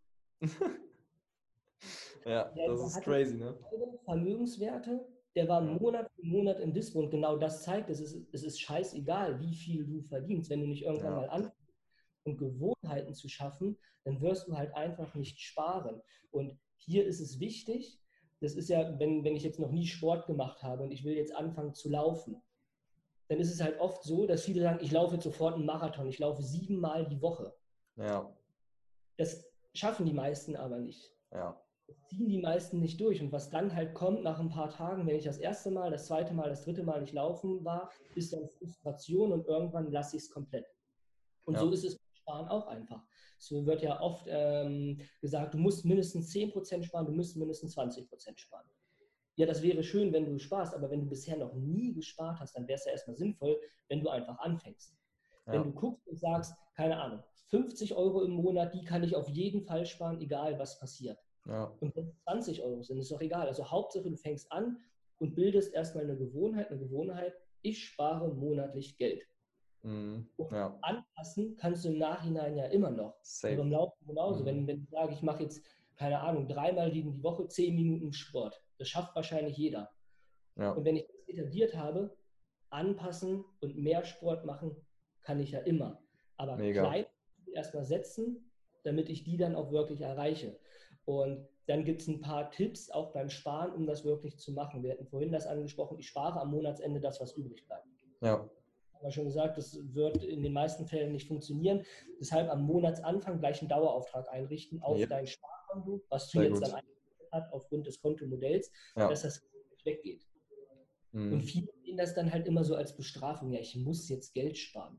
Ja, Der, das der ist hatte crazy, ne? Vermögenswerte, der war Ja. Monat für Monat im Dispo und genau das zeigt, es ist, es ist scheißegal, wie viel du verdienst. Wenn du nicht irgendwann Ja. mal anfängst und Gewohnheiten zu schaffen, dann wirst du halt einfach nicht sparen. Und hier ist es wichtig, das ist ja, wenn, wenn ich jetzt noch nie Sport gemacht habe und ich will jetzt anfangen zu laufen, dann ist es halt oft so, dass viele sagen, ich laufe jetzt sofort einen Marathon, ich laufe siebenmal die Woche. Ja. Das schaffen die meisten aber nicht. Ja. Das ziehen die meisten nicht durch. Und was dann halt kommt nach ein paar Tagen, wenn ich das erste Mal, das zweite Mal, das dritte Mal nicht laufen war, ist dann Frustration und irgendwann lasse ich es komplett. Und Ja. so ist es beim Sparen auch einfach. So wird ja oft ähm, gesagt, du musst mindestens zehn Prozent sparen, du musst mindestens zwanzig Prozent sparen. Ja, das wäre schön, wenn du sparst, aber wenn du bisher noch nie gespart hast, dann wäre es ja erstmal sinnvoll, wenn du einfach anfängst. Ja. Wenn du guckst und sagst, keine Ahnung, fünfzig Euro im Monat, die kann ich auf jeden Fall sparen, egal was passiert. Ja. Und wenn es zwanzig Euro sind, ist doch egal. Also Hauptsache, du fängst an und bildest erstmal eine Gewohnheit, eine Gewohnheit, ich spare monatlich Geld. Mhm. Und Ja. anpassen kannst du im Nachhinein ja immer noch. Safe. Und beim Laufen genauso. Mhm. Wenn, wenn ich sage, ich mache jetzt, keine Ahnung, dreimal die Woche zehn Minuten Sport. Das schafft wahrscheinlich jeder. Ja. Und wenn ich das etabliert habe, anpassen und mehr Sport machen, kann ich ja immer. Aber Mega. klein erstmal setzen, damit ich die dann auch wirklich erreiche. Und dann gibt es ein paar Tipps auch beim Sparen, um das wirklich zu machen. Wir hatten vorhin das angesprochen, ich spare am Monatsende das, was übrig bleibt. Ja. Haben wir schon gesagt, das wird in den meisten Fällen nicht funktionieren. Deshalb am Monatsanfang gleich einen Dauerauftrag einrichten auf Ja. dein Sparkonto, was du Sehr jetzt gut. dann eingestellt hast aufgrund des Kontomodells, Ja. dass das nicht weggeht. Mhm. Und viele sehen das dann halt immer so als Bestrafung. Ja, ich muss jetzt Geld sparen.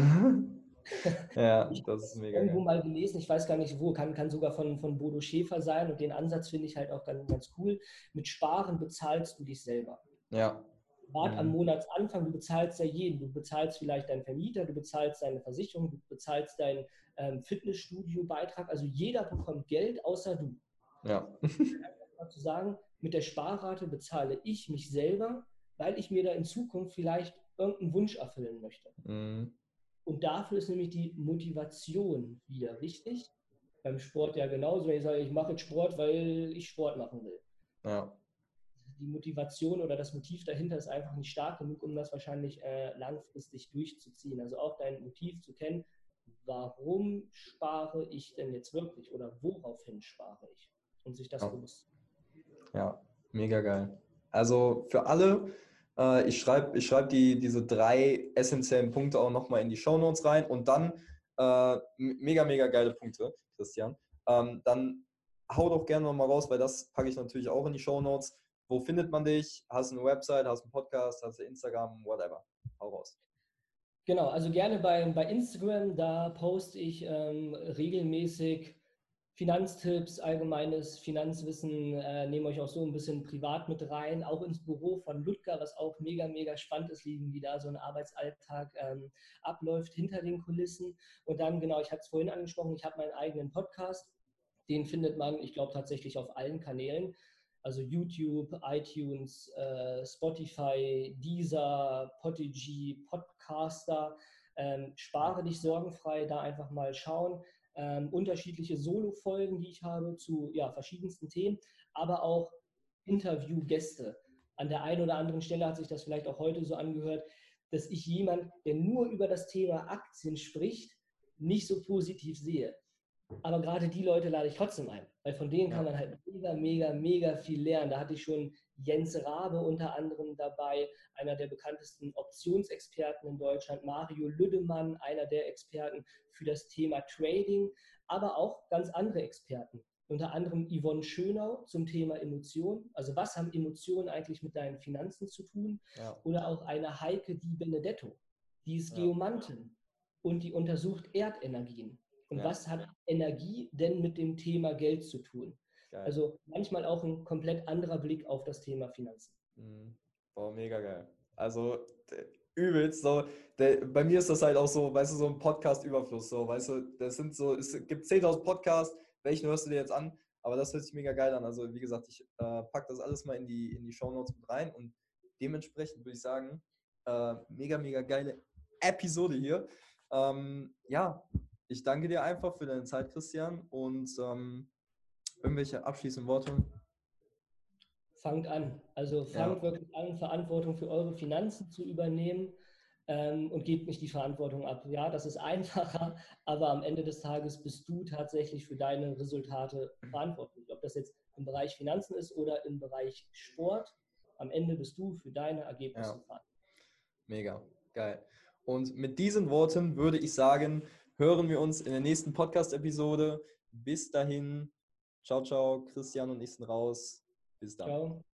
Ja, Ich das ist mega irgendwo geil. mal gelesen, ich weiß gar nicht wo, kann, kann sogar von, von Bodo Schäfer sein und den Ansatz finde ich halt auch ganz, ganz cool. Mit Sparen bezahlst du dich selber. Ja. Gerade am Mhm. Monatsanfang, du bezahlst ja jeden. Du bezahlst vielleicht deinen Vermieter, du bezahlst deine Versicherung, du bezahlst deinen ähm, Fitnessstudio-Beitrag. Also jeder bekommt Geld, außer du. Ja. Einfach zu sagen, mit der Sparrate bezahle ich mich selber, weil ich mir da in Zukunft vielleicht irgendeinen Wunsch erfüllen möchte. Mhm. Und dafür ist nämlich die Motivation wieder wichtig. Beim Sport ja genauso, wenn ich sage, ich mache jetzt Sport, weil ich Sport machen will. Ja. die Motivation oder das Motiv dahinter ist einfach nicht stark genug, um das wahrscheinlich äh, langfristig durchzuziehen. Also auch dein Motiv zu kennen, warum spare ich denn jetzt wirklich oder woraufhin spare ich? Und sich das Ja, bewusst. ja, mega geil. Also für alle, äh, ich schreibe ich schreib die, diese drei essentiellen Punkte auch nochmal in die Shownotes rein und dann äh, mega, mega geile Punkte, Christian. Ähm, dann hau doch gerne nochmal raus, weil das packe ich natürlich auch in die Shownotes. Wo findet man dich? Hast du eine Website, hast du einen Podcast, hast du Instagram, whatever. Hau raus. Genau, also gerne bei, bei Instagram, da poste ich ähm, regelmäßig Finanztipps, allgemeines Finanzwissen, äh, nehme euch auch so ein bisschen privat mit rein, auch ins Büro von Ludger, was auch mega, mega spannend ist, wie da so ein Arbeitsalltag ähm, abläuft hinter den Kulissen. Und dann, genau, ich hatte es vorhin angesprochen, ich habe meinen eigenen Podcast, den findet man, ich glaube, tatsächlich auf allen Kanälen. Also YouTube, iTunes, äh, Spotify, Deezer, Podigy, Podcaster. Ähm, spare dich sorgenfrei, da einfach mal schauen. Ähm, unterschiedliche Solo-Folgen, die ich habe zu ja, verschiedensten Themen, aber auch Interviewgäste. An der einen oder anderen Stelle hat sich das vielleicht auch heute so angehört, dass ich jemand, der nur über das Thema Aktien spricht, nicht so positiv sehe. Aber gerade die Leute lade ich trotzdem ein, weil von denen kann Ja. man halt mega, mega, mega viel lernen. Da hatte ich schon Jens Rabe unter anderem dabei, einer der bekanntesten Optionsexperten in Deutschland, Mario Lüdemann, einer der Experten für das Thema Trading, aber auch ganz andere Experten. Unter anderem Yvonne Schönau zum Thema Emotionen. Also was haben Emotionen eigentlich mit deinen Finanzen zu tun? Ja. Oder auch eine Heike Di Benedetto, die ist Ja. Geomantin und die untersucht Erdenergien. Und Ja. was hat Energie denn mit dem Thema Geld zu tun? Geil. Also manchmal auch ein komplett anderer Blick auf das Thema Finanzen. Mhm. Boah, mega geil. Also d- übelst so. Der, bei mir ist das halt auch so, weißt du, so ein Podcast-Überfluss. So, weißt du, das sind so, es gibt zehntausend Podcasts, welchen hörst du dir jetzt an? Aber das hört sich mega geil an. Also wie gesagt, ich äh, packe das alles mal in die, in die Shownotes mit rein und dementsprechend würde ich sagen, äh, mega, mega geile Episode hier. Ähm, ja, ich danke dir einfach für deine Zeit, Christian, und ähm, irgendwelche abschließenden Worte. Fangt an. Also Ja, fangt wirklich an, Verantwortung für eure Finanzen zu übernehmen ähm, und gebt nicht die Verantwortung ab. Ja, das ist einfacher, aber am Ende des Tages bist du tatsächlich für deine Resultate verantwortlich. Ob das jetzt im Bereich Finanzen ist oder im Bereich Sport, am Ende bist du für deine Ergebnisse ja. verantwortlich. Mega, geil. Und mit diesen Worten würde ich sagen, hören wir uns in der nächsten Podcast-Episode. Bis dahin, ciao, ciao, Christian und ich sind raus. Bis dann. Ciao.